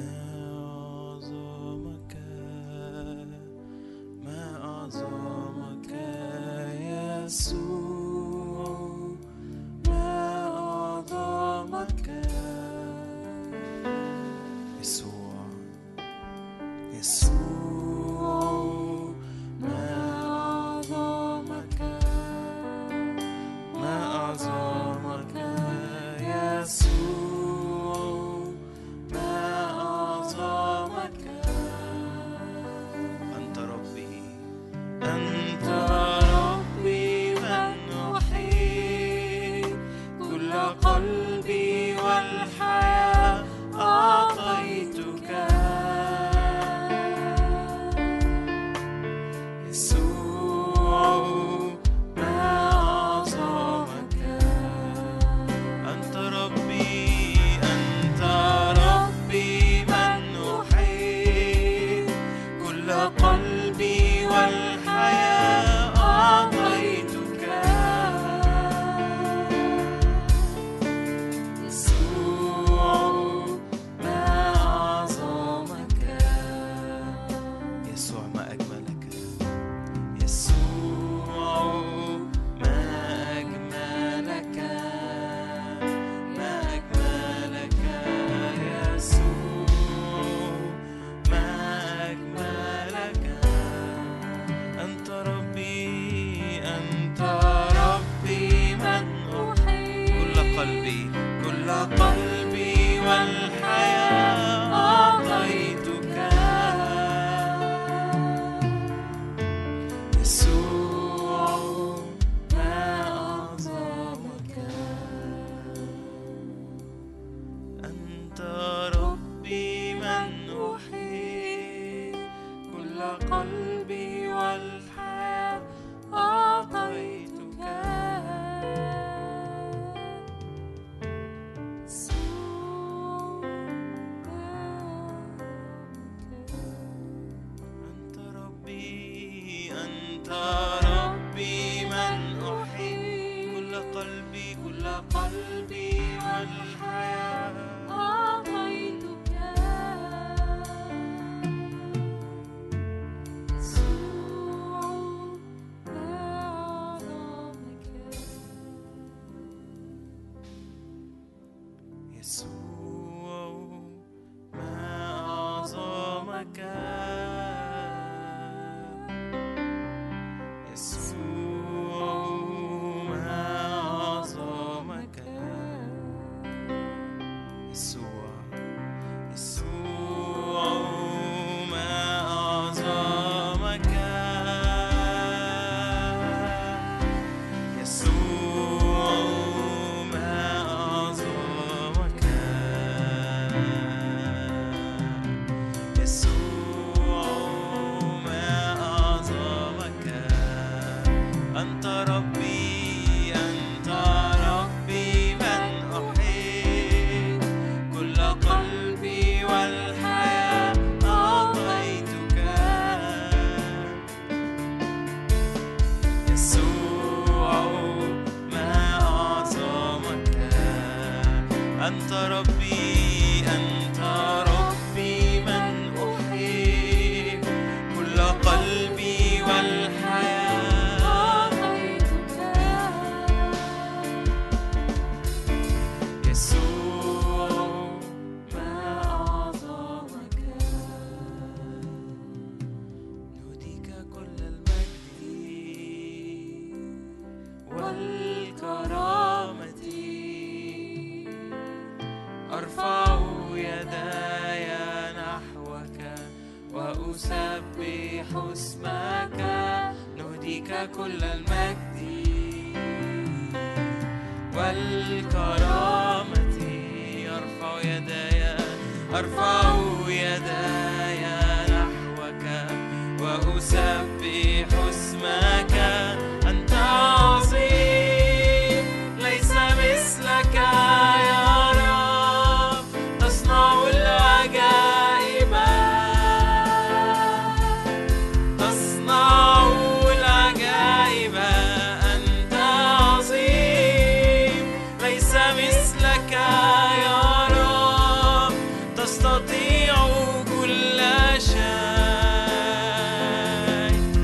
تستطيع كل شيء.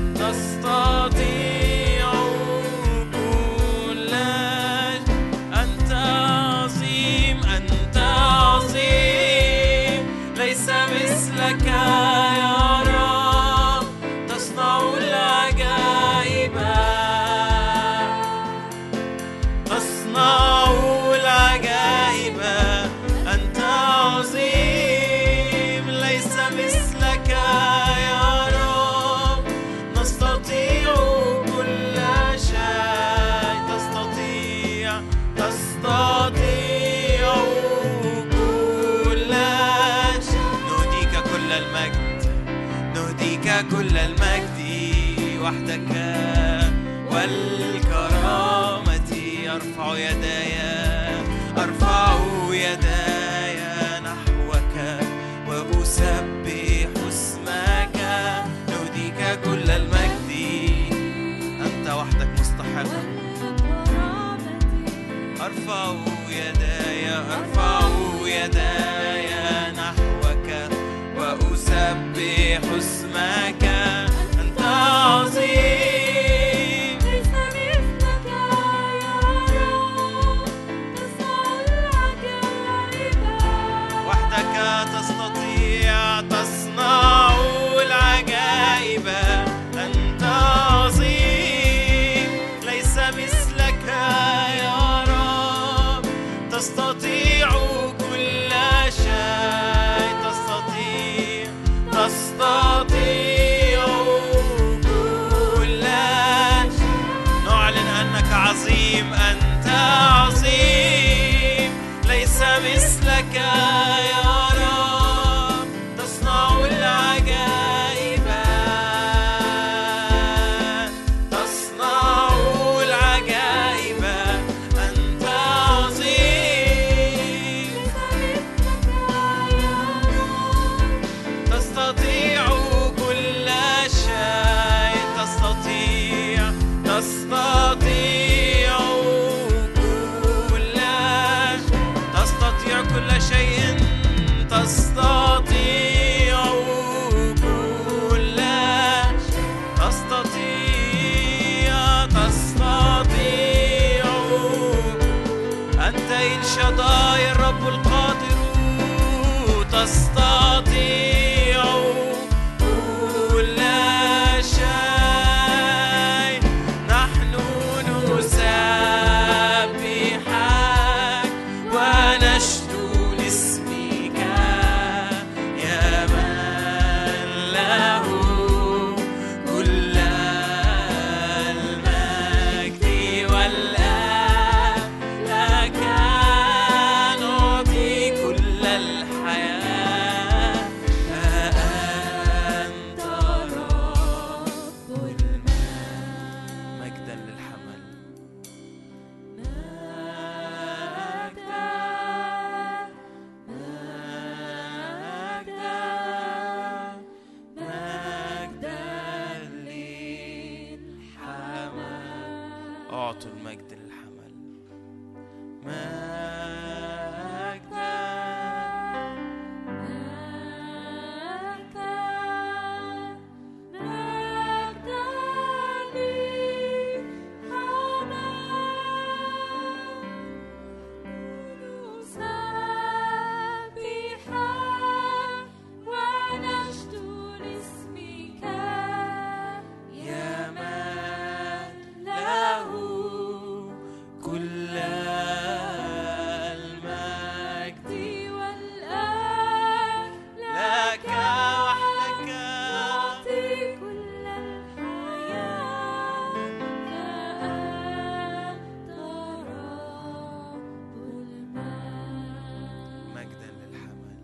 أرفع يداي نحوك وأسبح اسمك نوديك كل المجد أنت وحدك مستحق أرفع يداي نحوك وأسبح اسمك أنت عظيم ليس مثلك يا رب تصنع العجائب وحدك تستطيع تصنع العجائب أنت عظيم ليس مثلك يا رب تستطيع كل شيء تستطيع كل شيء نعلن أنك عظيم أنت عظيم ليس مثلك يا رب تصنع العجائب أنت عظيم تستطيع كل شيء تستطيع كل شيء تستطيع كل تستطيع أنت إن شداي الرب القادر تستطيع كل شيء نحن نسبحك ونشدو لاسمك يا من له كل المجد والآن لك نعطي كل الحياة أنت رب المجد مجدا للحمل أعطوا المجد للحمل يا من له كل المجد والآن لك وحدك نعطي كل الحياة فأنت رب المجد مجدا للحمل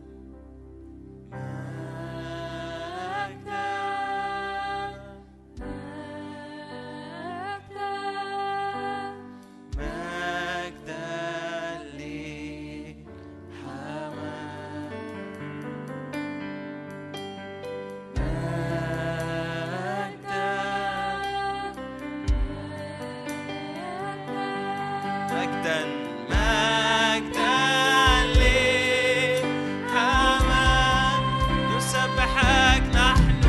مجدا مجدا للحمل نسبحك نحن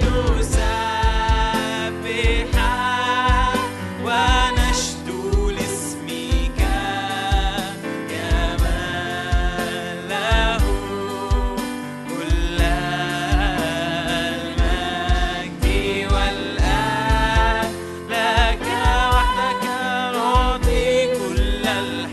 نسبحك ونشدو لاسمك يا من له كل المجد والآن لك وحدك نعطي كل الحياة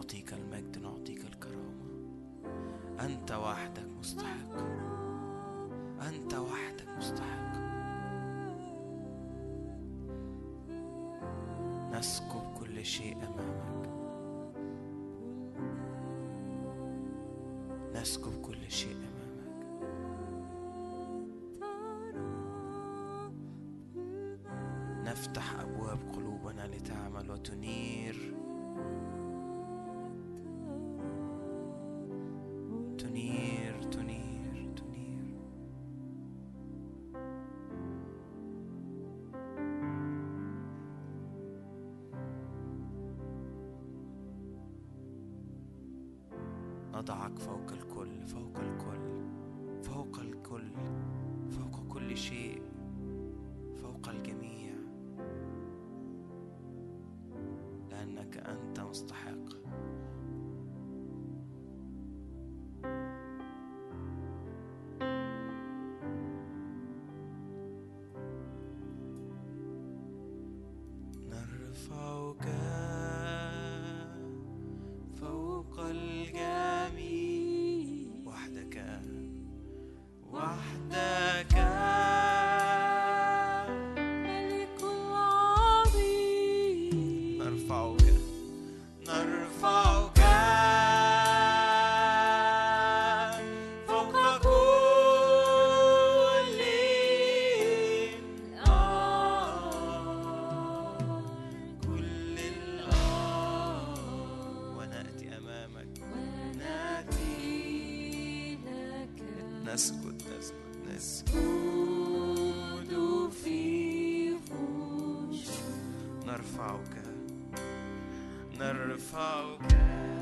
نعطيك المجد، نعطيك الكرامة. أنت وحدك مستحق، أنت وحدك مستحق. نسكب كل شيء أمامك، نسكب كل شيء أمامك. نفتح أبواب قلوبنا لتعمل وتنير، تنير تنير تنير. نضعك فوق الكل، فوق الكل، فوق الكل، فوق كل شيء، فوق الجميع، لأنك أنت مستحق. نرفعك فوق الجميع، وحدك وحدك ملك العظيم. نرفعك نرفعك فوق كل كل الأرض، ونأتي أمامك، ونأتي لك، نسجد نسجد نسجد نسجد في خشوع. نرفعك نرفعك نرفعك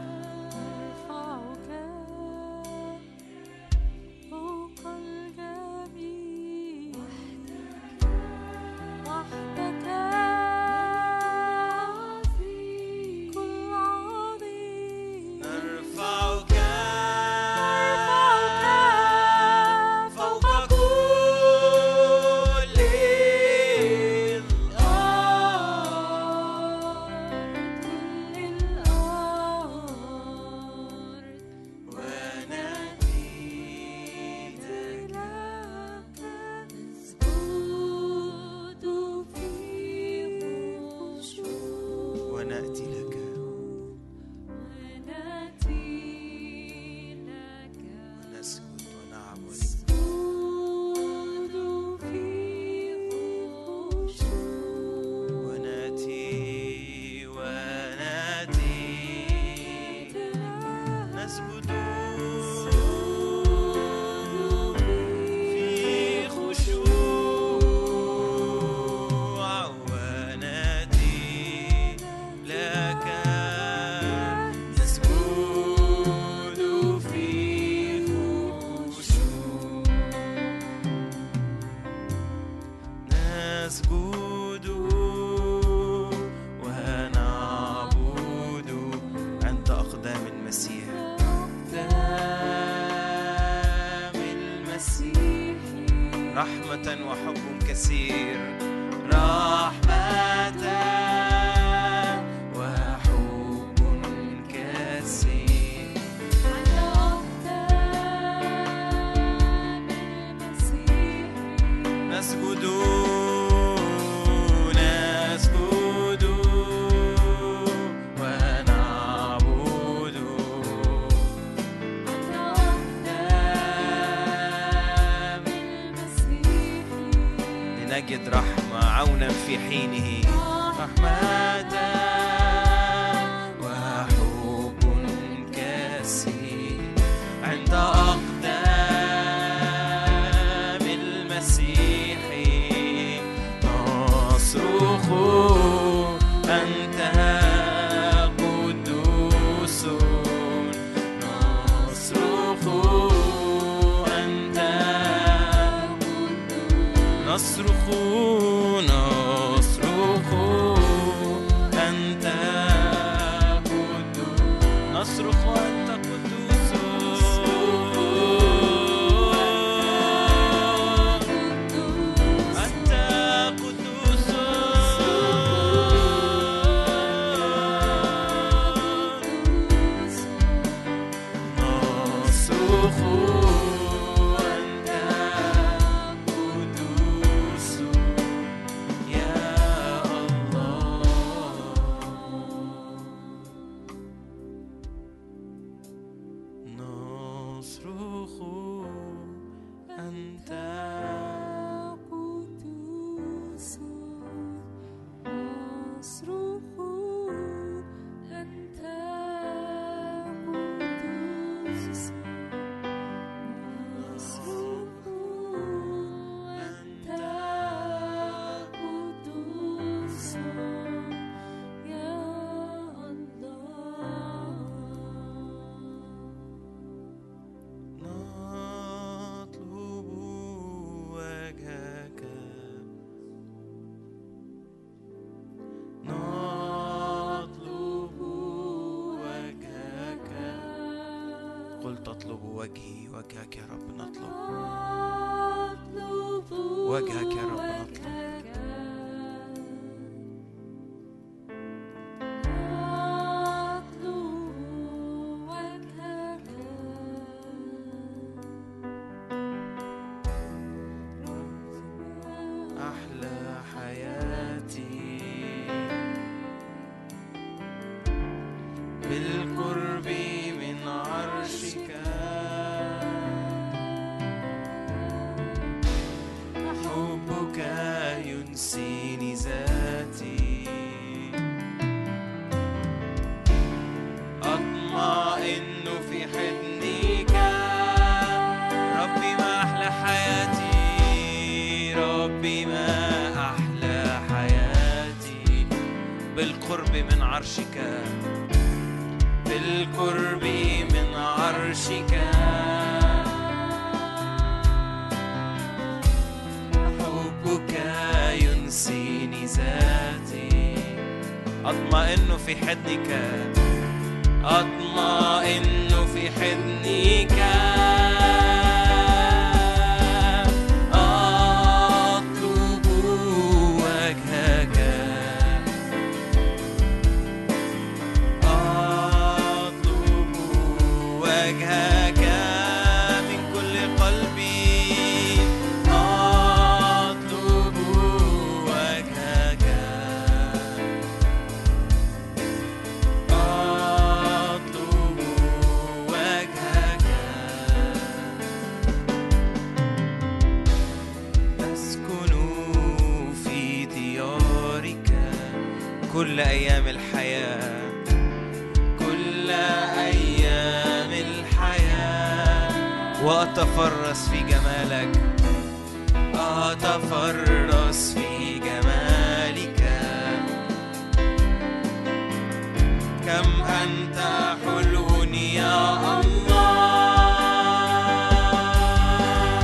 فوق الجميع، وحدك كل عظيم. نرفعك فوق كل ونأتي لك ونسجد ونعبد. ونأتي ونأتي نسجد في خشوع، ونأتي لك نسجد في خشوع، نسجد ونعبد عند أقدام المسيح، أقدام المسيح. رحمة وحب كثير، رحمة وحب كثير. عند أقدام المسيح، نسجد نسجد ونعبد عند أقدام المسيح، لنجد رحمة عونا في حينه. رحمة وحب كثير عند أقدام المسيح. نصرخ أنت قدوس، نصرخ أنت نصرخ نصرخ نطلب وجهك يا رب، نطلب وجهك يا رب، نطلب أحلى حياتي بالقرب من عرشك، حبك ينسيني ذاتي، أطمئن في حضنك ربي، ما أحلى حياتي ربي، ما أحلى حياتي بالقرب من عرشك، بالقرب من عرشك، حبك ينسيني ذاتي، أطمئن في حضنك، أطمئن في حضنك، أطلب وجهك، أطلب وجهك من كل قلبي، أطلب وجهك، أطلب وجهك، أسكن في ديارك كل أيام الحياة، كل أيام الحياة، وأتفرس في جمالك، أتفرس في جمالك، كم أنت حلو يا الله،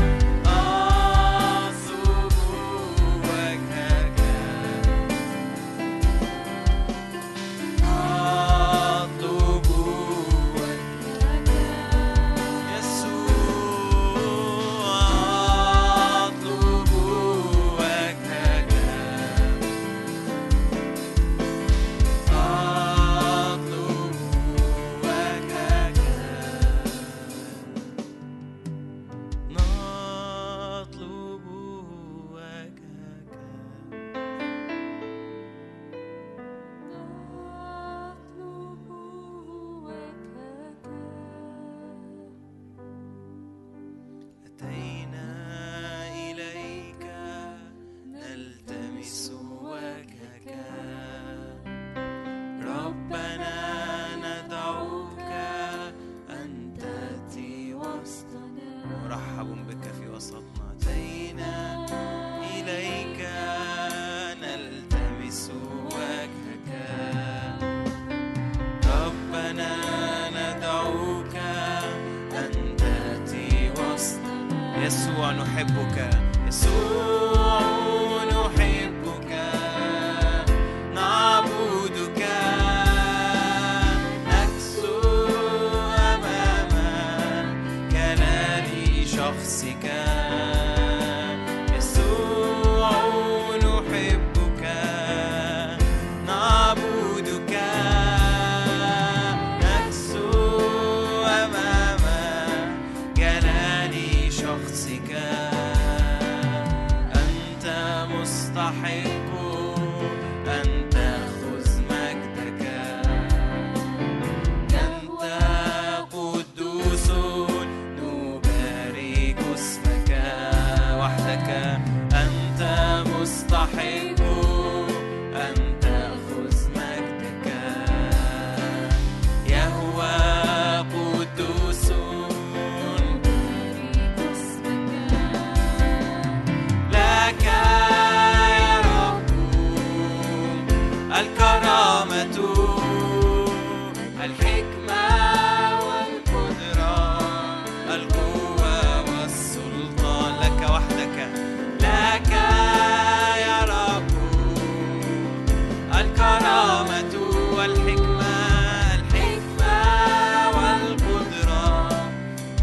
أطلب وجهك، أطلب وجهك يسوع، أطلب وجهك، أطلب وجهك، نطلب وجهك، أتينا إليك نلتمس وجهك، ربنا ندعوك أن تأتي وسطنا، مرحب بك في وسطنا، أتينا إليك نلتمس وجهك، ربنا ندعوك أن تأتي وسطنا، يسوع نحبك، يسوع نحبك، نعبدك، نكسو أمام جلال شخصك، يسوع نحبك، نعبدك، نكسو أمام جلال شخصك، أنت مستحق أن تأخذ مجدك، أنت قدوس نبارك اسمك وحدك، أنت مستحق أن تأخذ مجدك، يهوه قدوس نبارك اسمك، لك يا رب الكرامة، الحكمة والقدرة، القوة والسلطان، لك وحدك، لك يا رب الكرامة والحكمة، الحكمة والقدرة،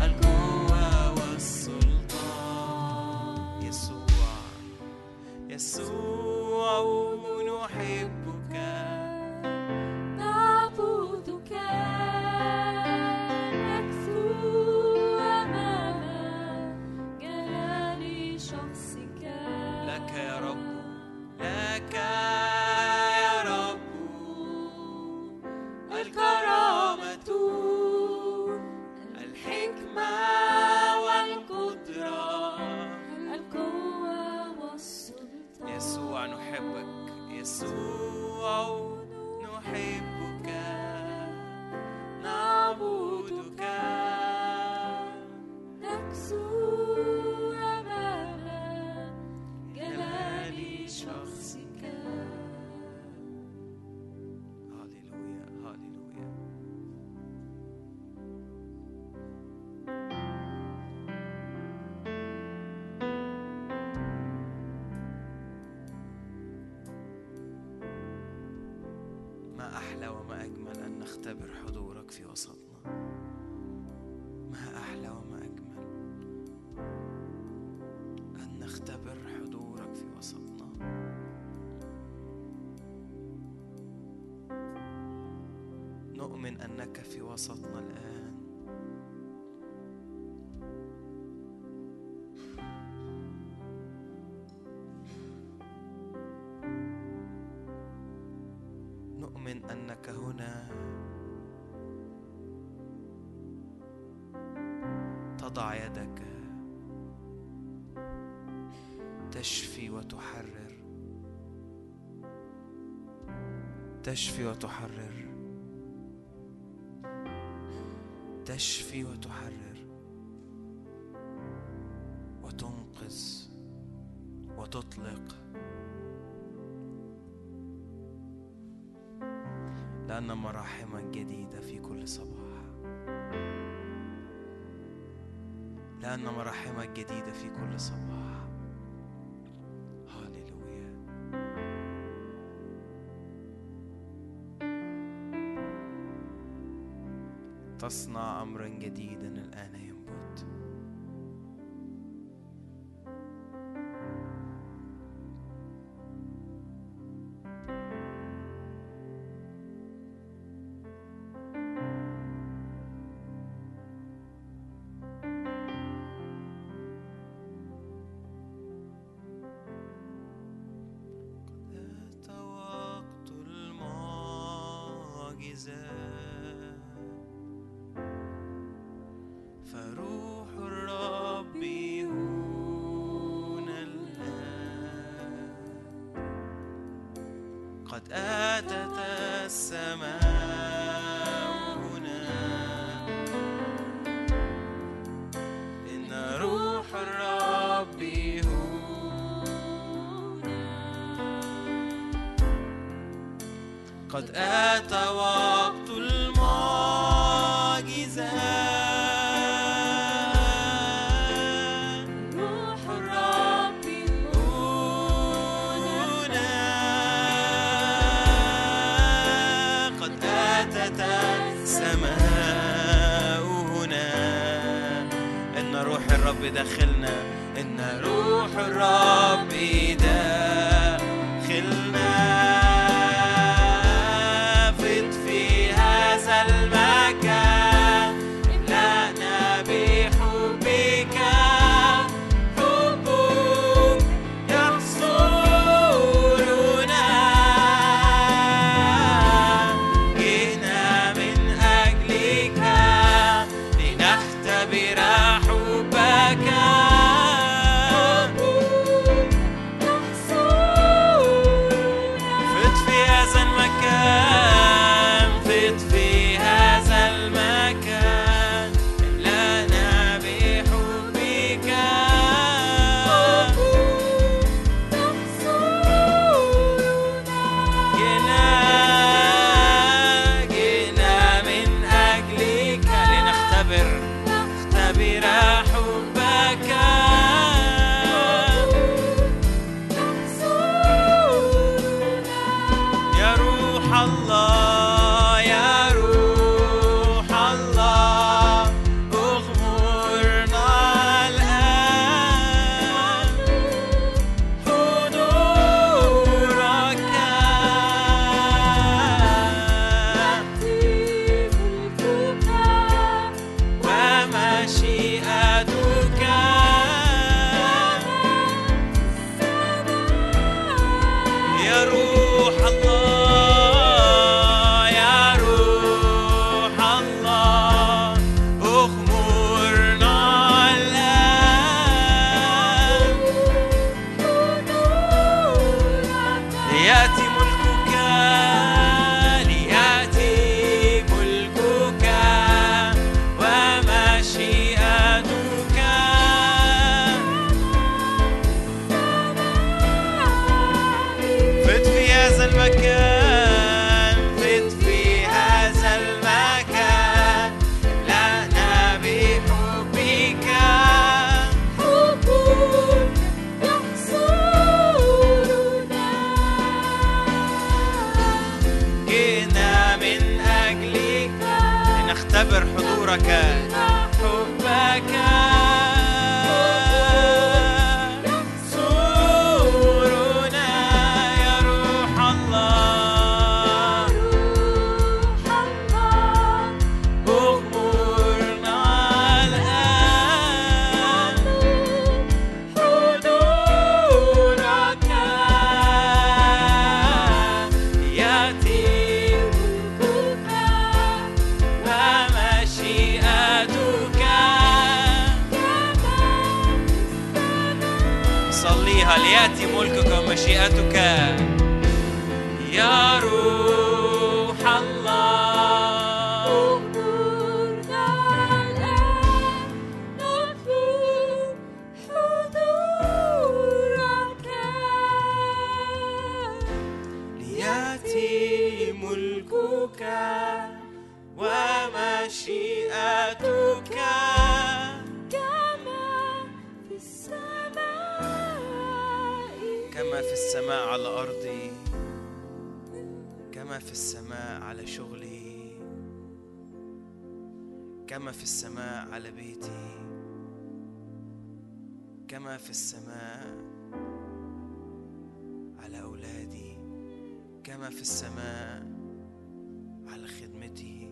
أحلى وما أجمل أن نختبر حضورك في وسطنا. ما أحلى وما أجمل أن نختبر حضورك في وسطنا. نؤمن أنك في وسطنا الآن. نؤمن أنك هنا تضع يدك تشفي وتحرر، تشفي وتحرر، تشفي وتحرر وتنقذ وتطلق، لأن مراحمك جديدة في كل صباح، لأن مراحمك جديدة في كل صباح. هاليلويا. تصنع أمرا جديدا الآن ينبت. فروح الرب هنا الآن، قد أتت السماء هنا، إن روح الرب هنا، قد أتى وقت المعجزات. الرب داخلنا، إن روح الرب داخلنا، فض في هذا المكان، املأنا بحبك، حبك يحصرنا، جئنا من أجلك لنختبر حبك، نختبر حضورك حبك سرورنا يا روح الله أغمرنا الآن حضورك يأتي ومشيئتك صليها ليأتي ملكك ومشيئتك يا روح الله أغمرنا الآن نطلب حضورك ليأتي ملكك ومشيئتك كما في السماء كما في السماء على أرضي كما في السماء على شغلي كما في السماء على بيتي كما في السماء على أولادي كما في السماء على خدمتي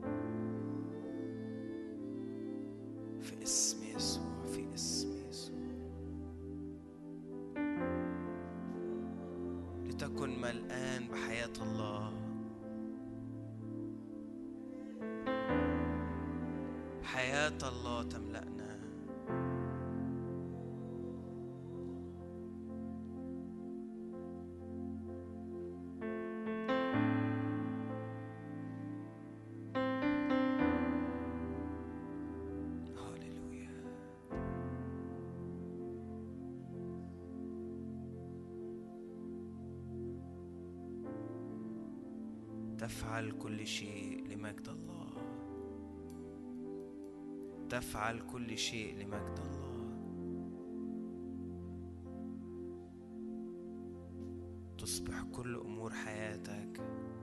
في اسم يسوع في اسم يسوع لتكن ملآن بحياة الله حياة الله تملأنا هاليلويا تفعل كل شيء لمجد الله تفعل كل شيء لمجد الله تصبح كل أمور حياتك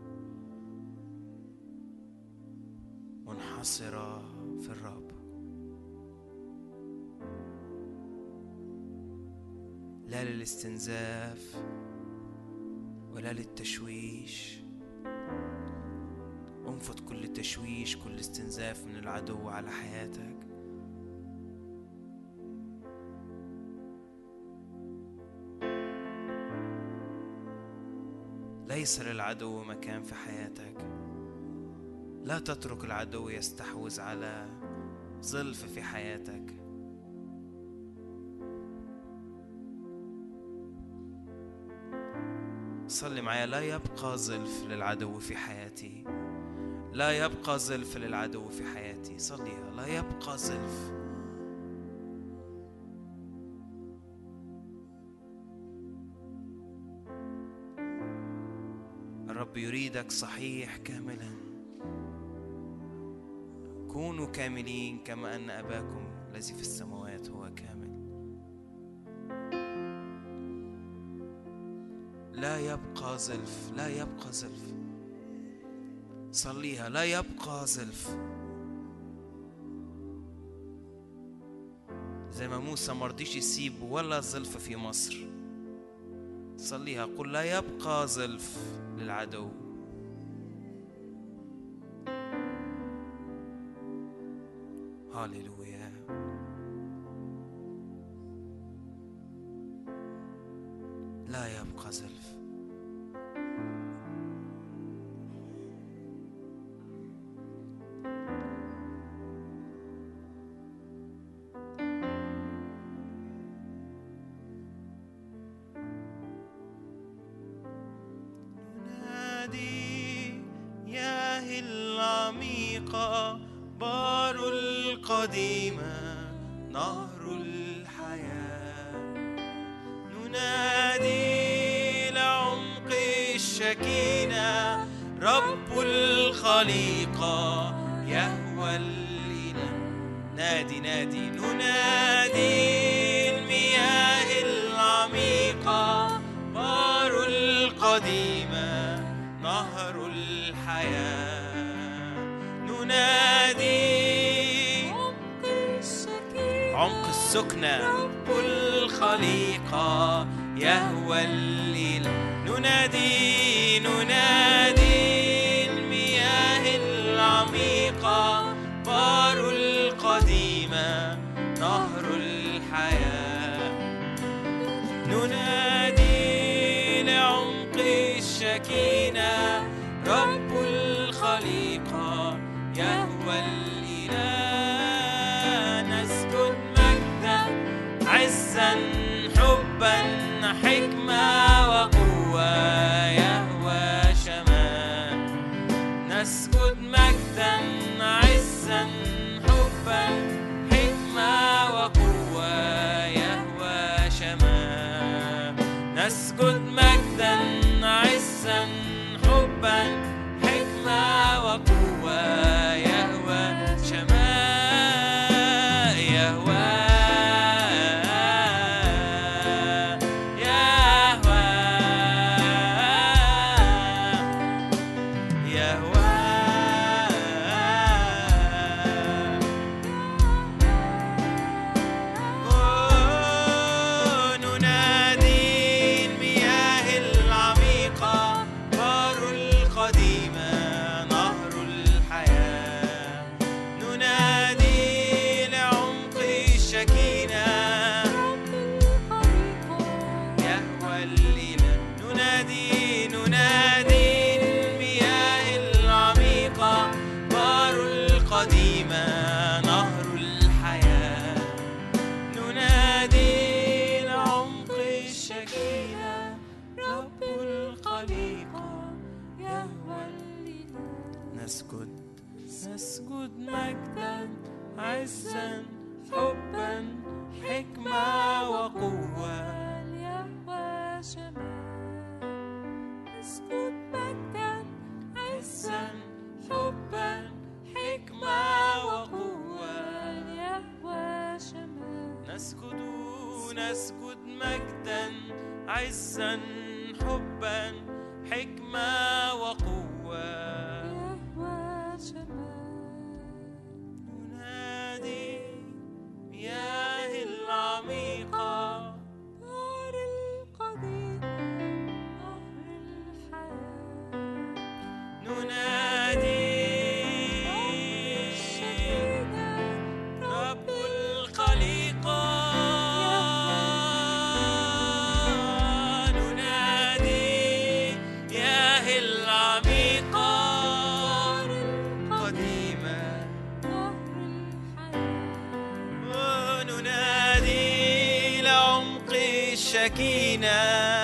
منحصرة في الرب لا للاستنزاف ولا للتشويش انفض كل تشويش كل استنزاف من العدو على حياتك ليس للعدو مكان في حياتك لا تترك العدو يستحوذ على ظلف في حياتك صلي معايا لا يبقى ظلف للعدو في حياتي لا يبقى ظلف للعدو في حياتي صليها لا يبقى ظلف الرب يريدك صحيح كاملا كونوا كاملين كما أن أباكم الذي في السماوات هو كامل لا يبقى ظلف لا يبقى ظلف صليها لا يبقى ظلف زي ما موسى مرضيش يسيب ولا ظلف في مصر صليها قل لا يبقى ظلف للعدو هاليلويا لا يبقى ظلف بار القديمة نهر الحياة ننادي لعمق الشكينة رب الخليقة يهوى الإله نادي نادي ننادي المياه العميقة بار القديمة نهر الحياة ننادي سكنى رب الخليقة يهوى الإله. ننادي المياه العميقة بار القديمة نهر الحياة. ننادي لعمق الشكينة رب الخليقة يهوى الإله. نسجد مجدا عزا حبا حكمة وقوة يهوى شمال. نسجد مجدا عزا حبا حكمة وقوة يهوى شمال. نسجد مجدا عزا حبا حكمة وقوة يهوى شمال. يهوى نسجد مجدا عزا حبا حكمة وقوة يهوى شمال. نسجد مجدا عزا حبا حكمة وقوة يهوى شمال. نسجد مجدا عزا حبا حكمة وقوة يهوى شمال. ننادي مياه العميقة بار القديمة نهر الحياة. ننادي رب الخليقة. ننادي مياه العميقة قديمة نهر الحياة. وننادي لعمق الشكينة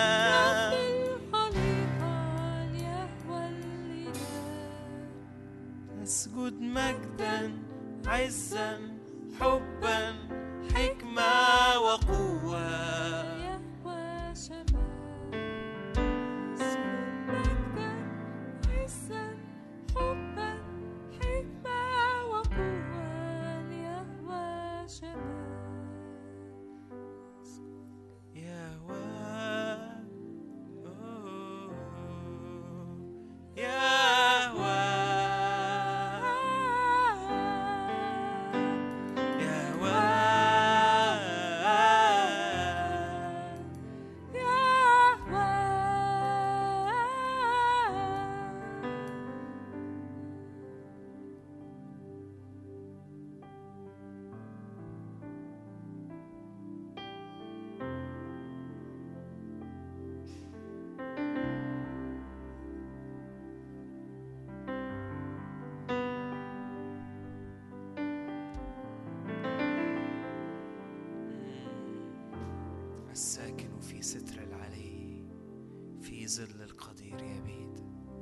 الخليقة يهوى الإله. نسجد مجدا عزا حبا حكمة وقوة يهوى شمال. نسجد مجدا عزا حبا حكمة وقوة يهوى شمال. يهوى الساكن في ستر العلي في ظل القدير يبيت.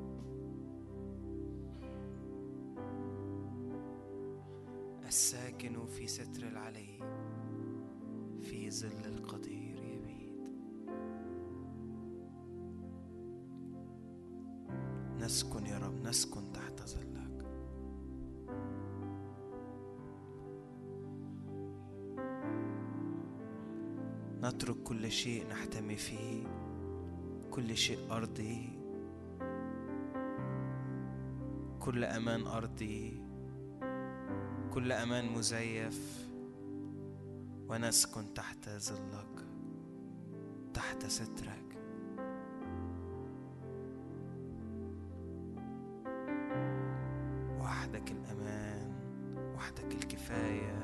الساكن في ستر العلي في ظل القدير يبيت. نسكن يا رب، نسكن تحت ظلك. نترك كل شيء نحتمي فيه، كل شيء أرضي، كل أمان أرضي، كل أمان مزيف، ونسكن تحت ظلك، تحت سترك. وحدك الأمان، وحدك الكفاية.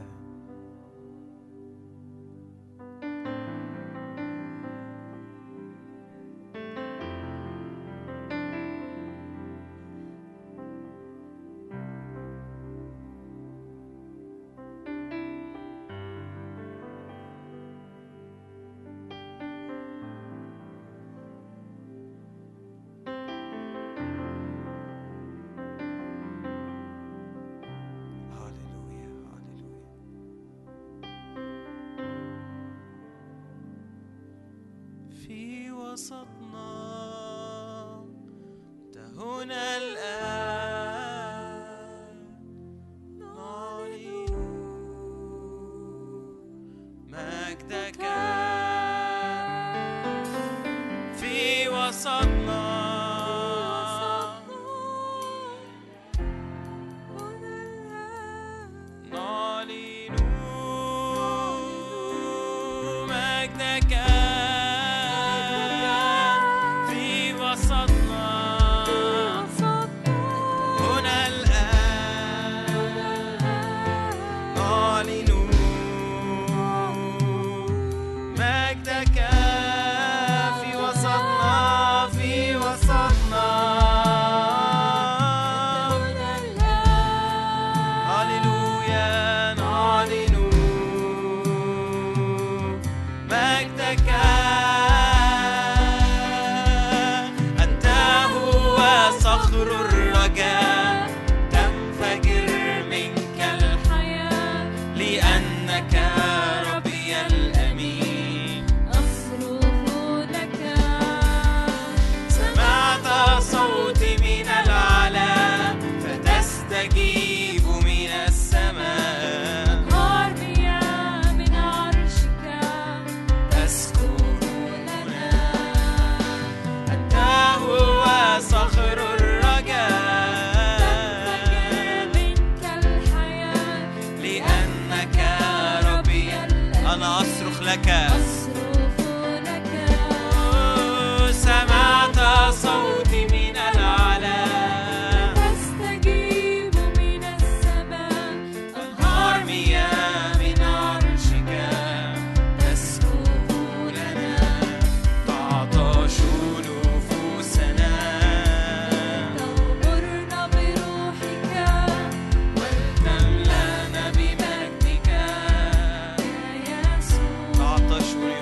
في وسطنا أنت هنا الآن، نعلن مجدك في وسطنا. نعلن مجدك سمعت صوتي من الأعلى، تستجيب من السماء. أنهار مياه من عرشك تسكب لنا، تعطش نفوسنا، تغمرنا بروحك ولتملأنا بمجدك يا يسوع. تعطش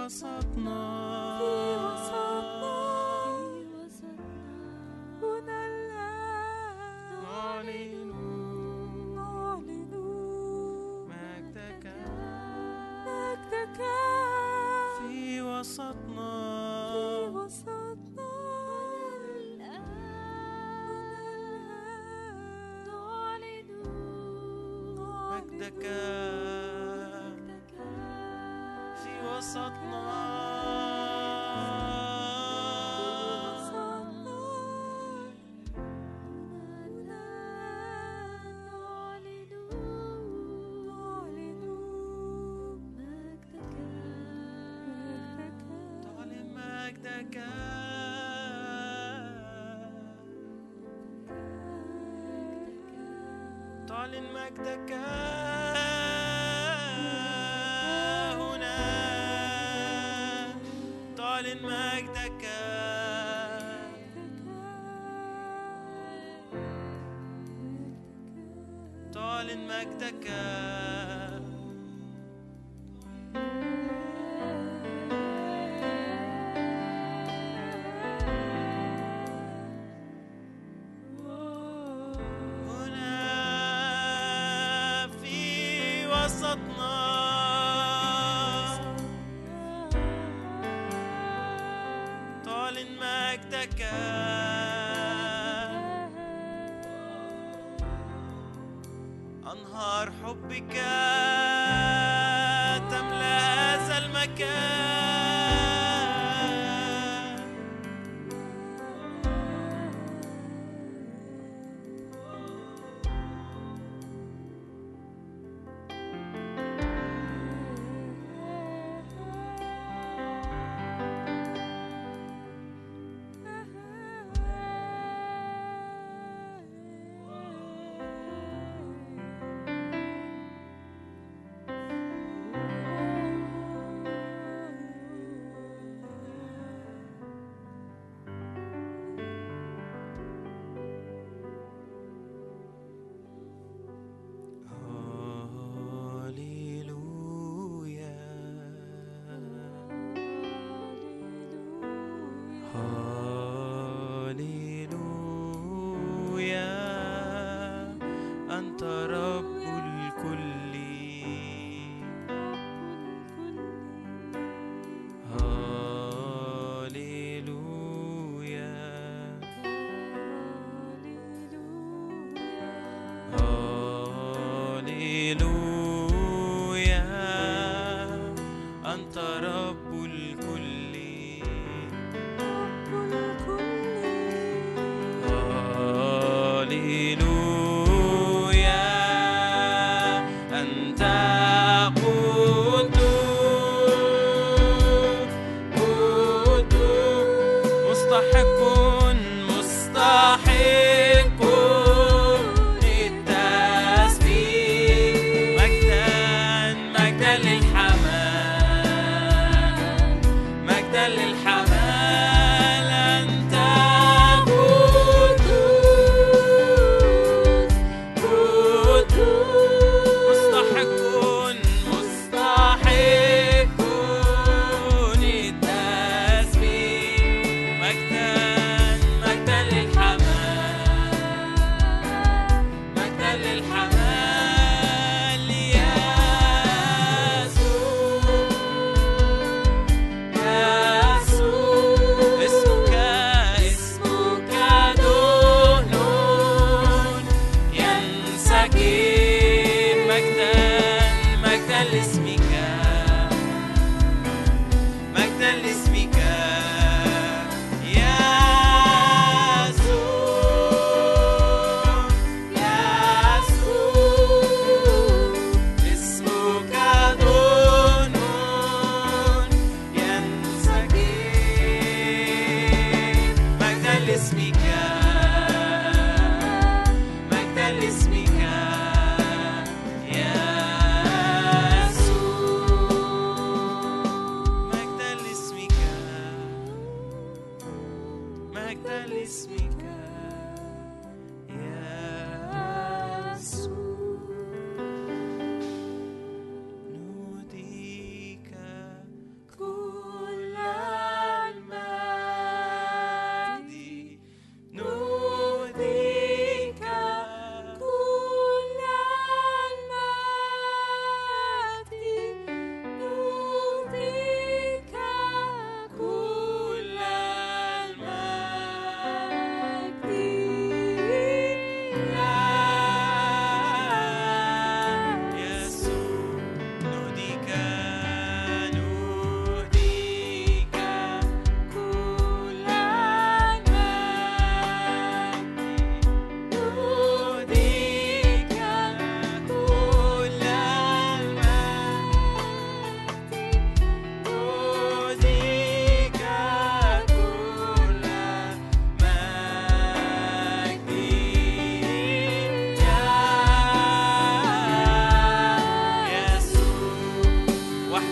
وسطنا هنا الآن نعلن نعلن مجدك مجدك في وسطنا في وسطنا نعلن مجدك في وسطنا تعلن مجدك تعلن مجدك هنا تعلن مجدك تعلن مجدك هنا في وسطنا تعلن مجدك أنهار حبك تملأ هذا المكان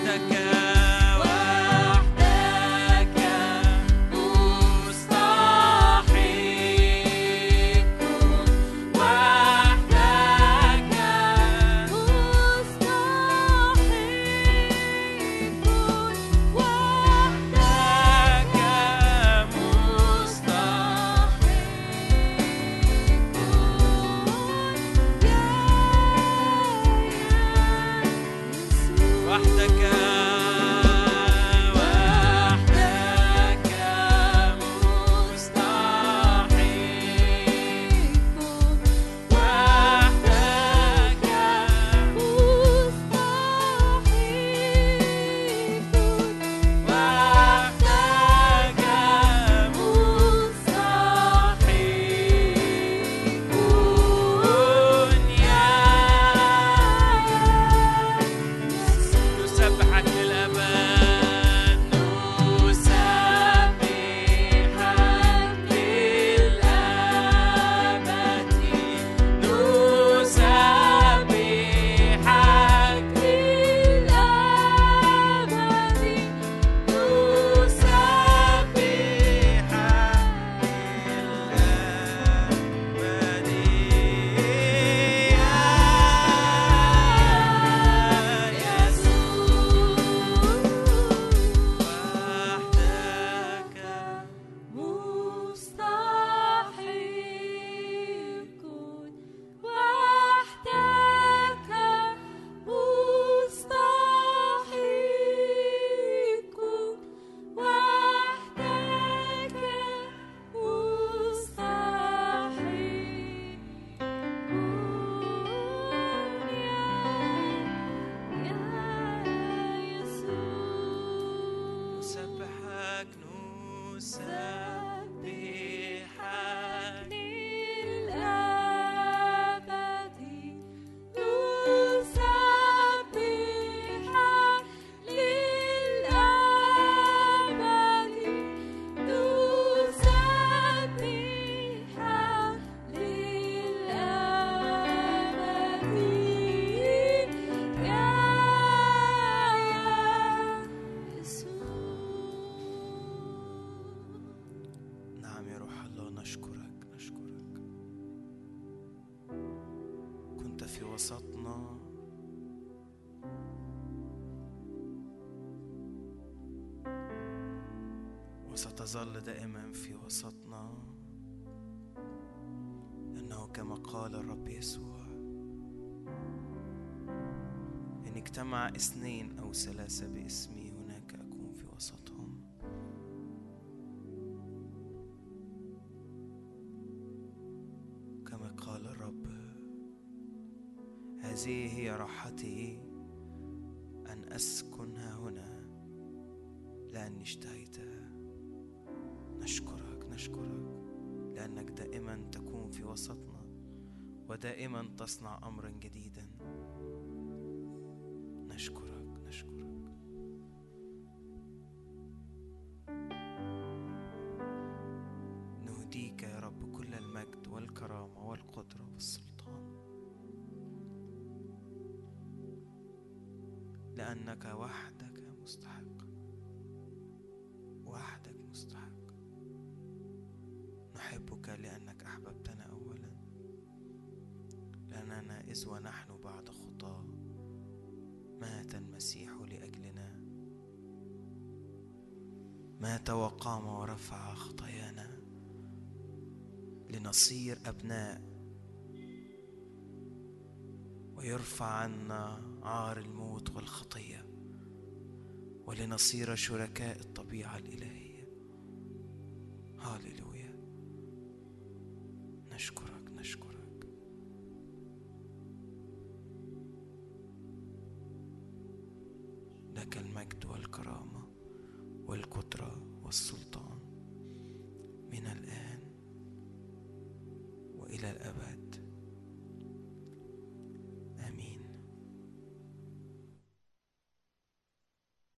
وسطنا. وستظل دائما في وسطنا، لأنه كما قال الرب يسوع: إن اجتمع 2 أو 3 باسمي هناك أكون في وسطهم. كما قال الرب: هذه هي راحتي أن أسكنها هنا لأني اشتهيتها. نشكرك لأنك دائما تكون في وسطنا ودائما تصنع أمرا جديدا. نشكرك. نهديك يا رب كل المجد والكرامة والقدرة والسلطان، لأنك وحدك مستحق، وحدك مستحق. نحبك لأنك أحببتنا أولا، لأننا إذ ونحن بعد خطاة مات المسيح لأجلنا، مات وقام ورفع خطايانا لنصير أبناء، ويرفع عنا عار الموت والخطية، ولنصير شركاء الطبيعة الإلهية. هاليلويا. نشكرك. لك المجد والكرامة والقدرة والسلطان من الآن وإلى الأبد.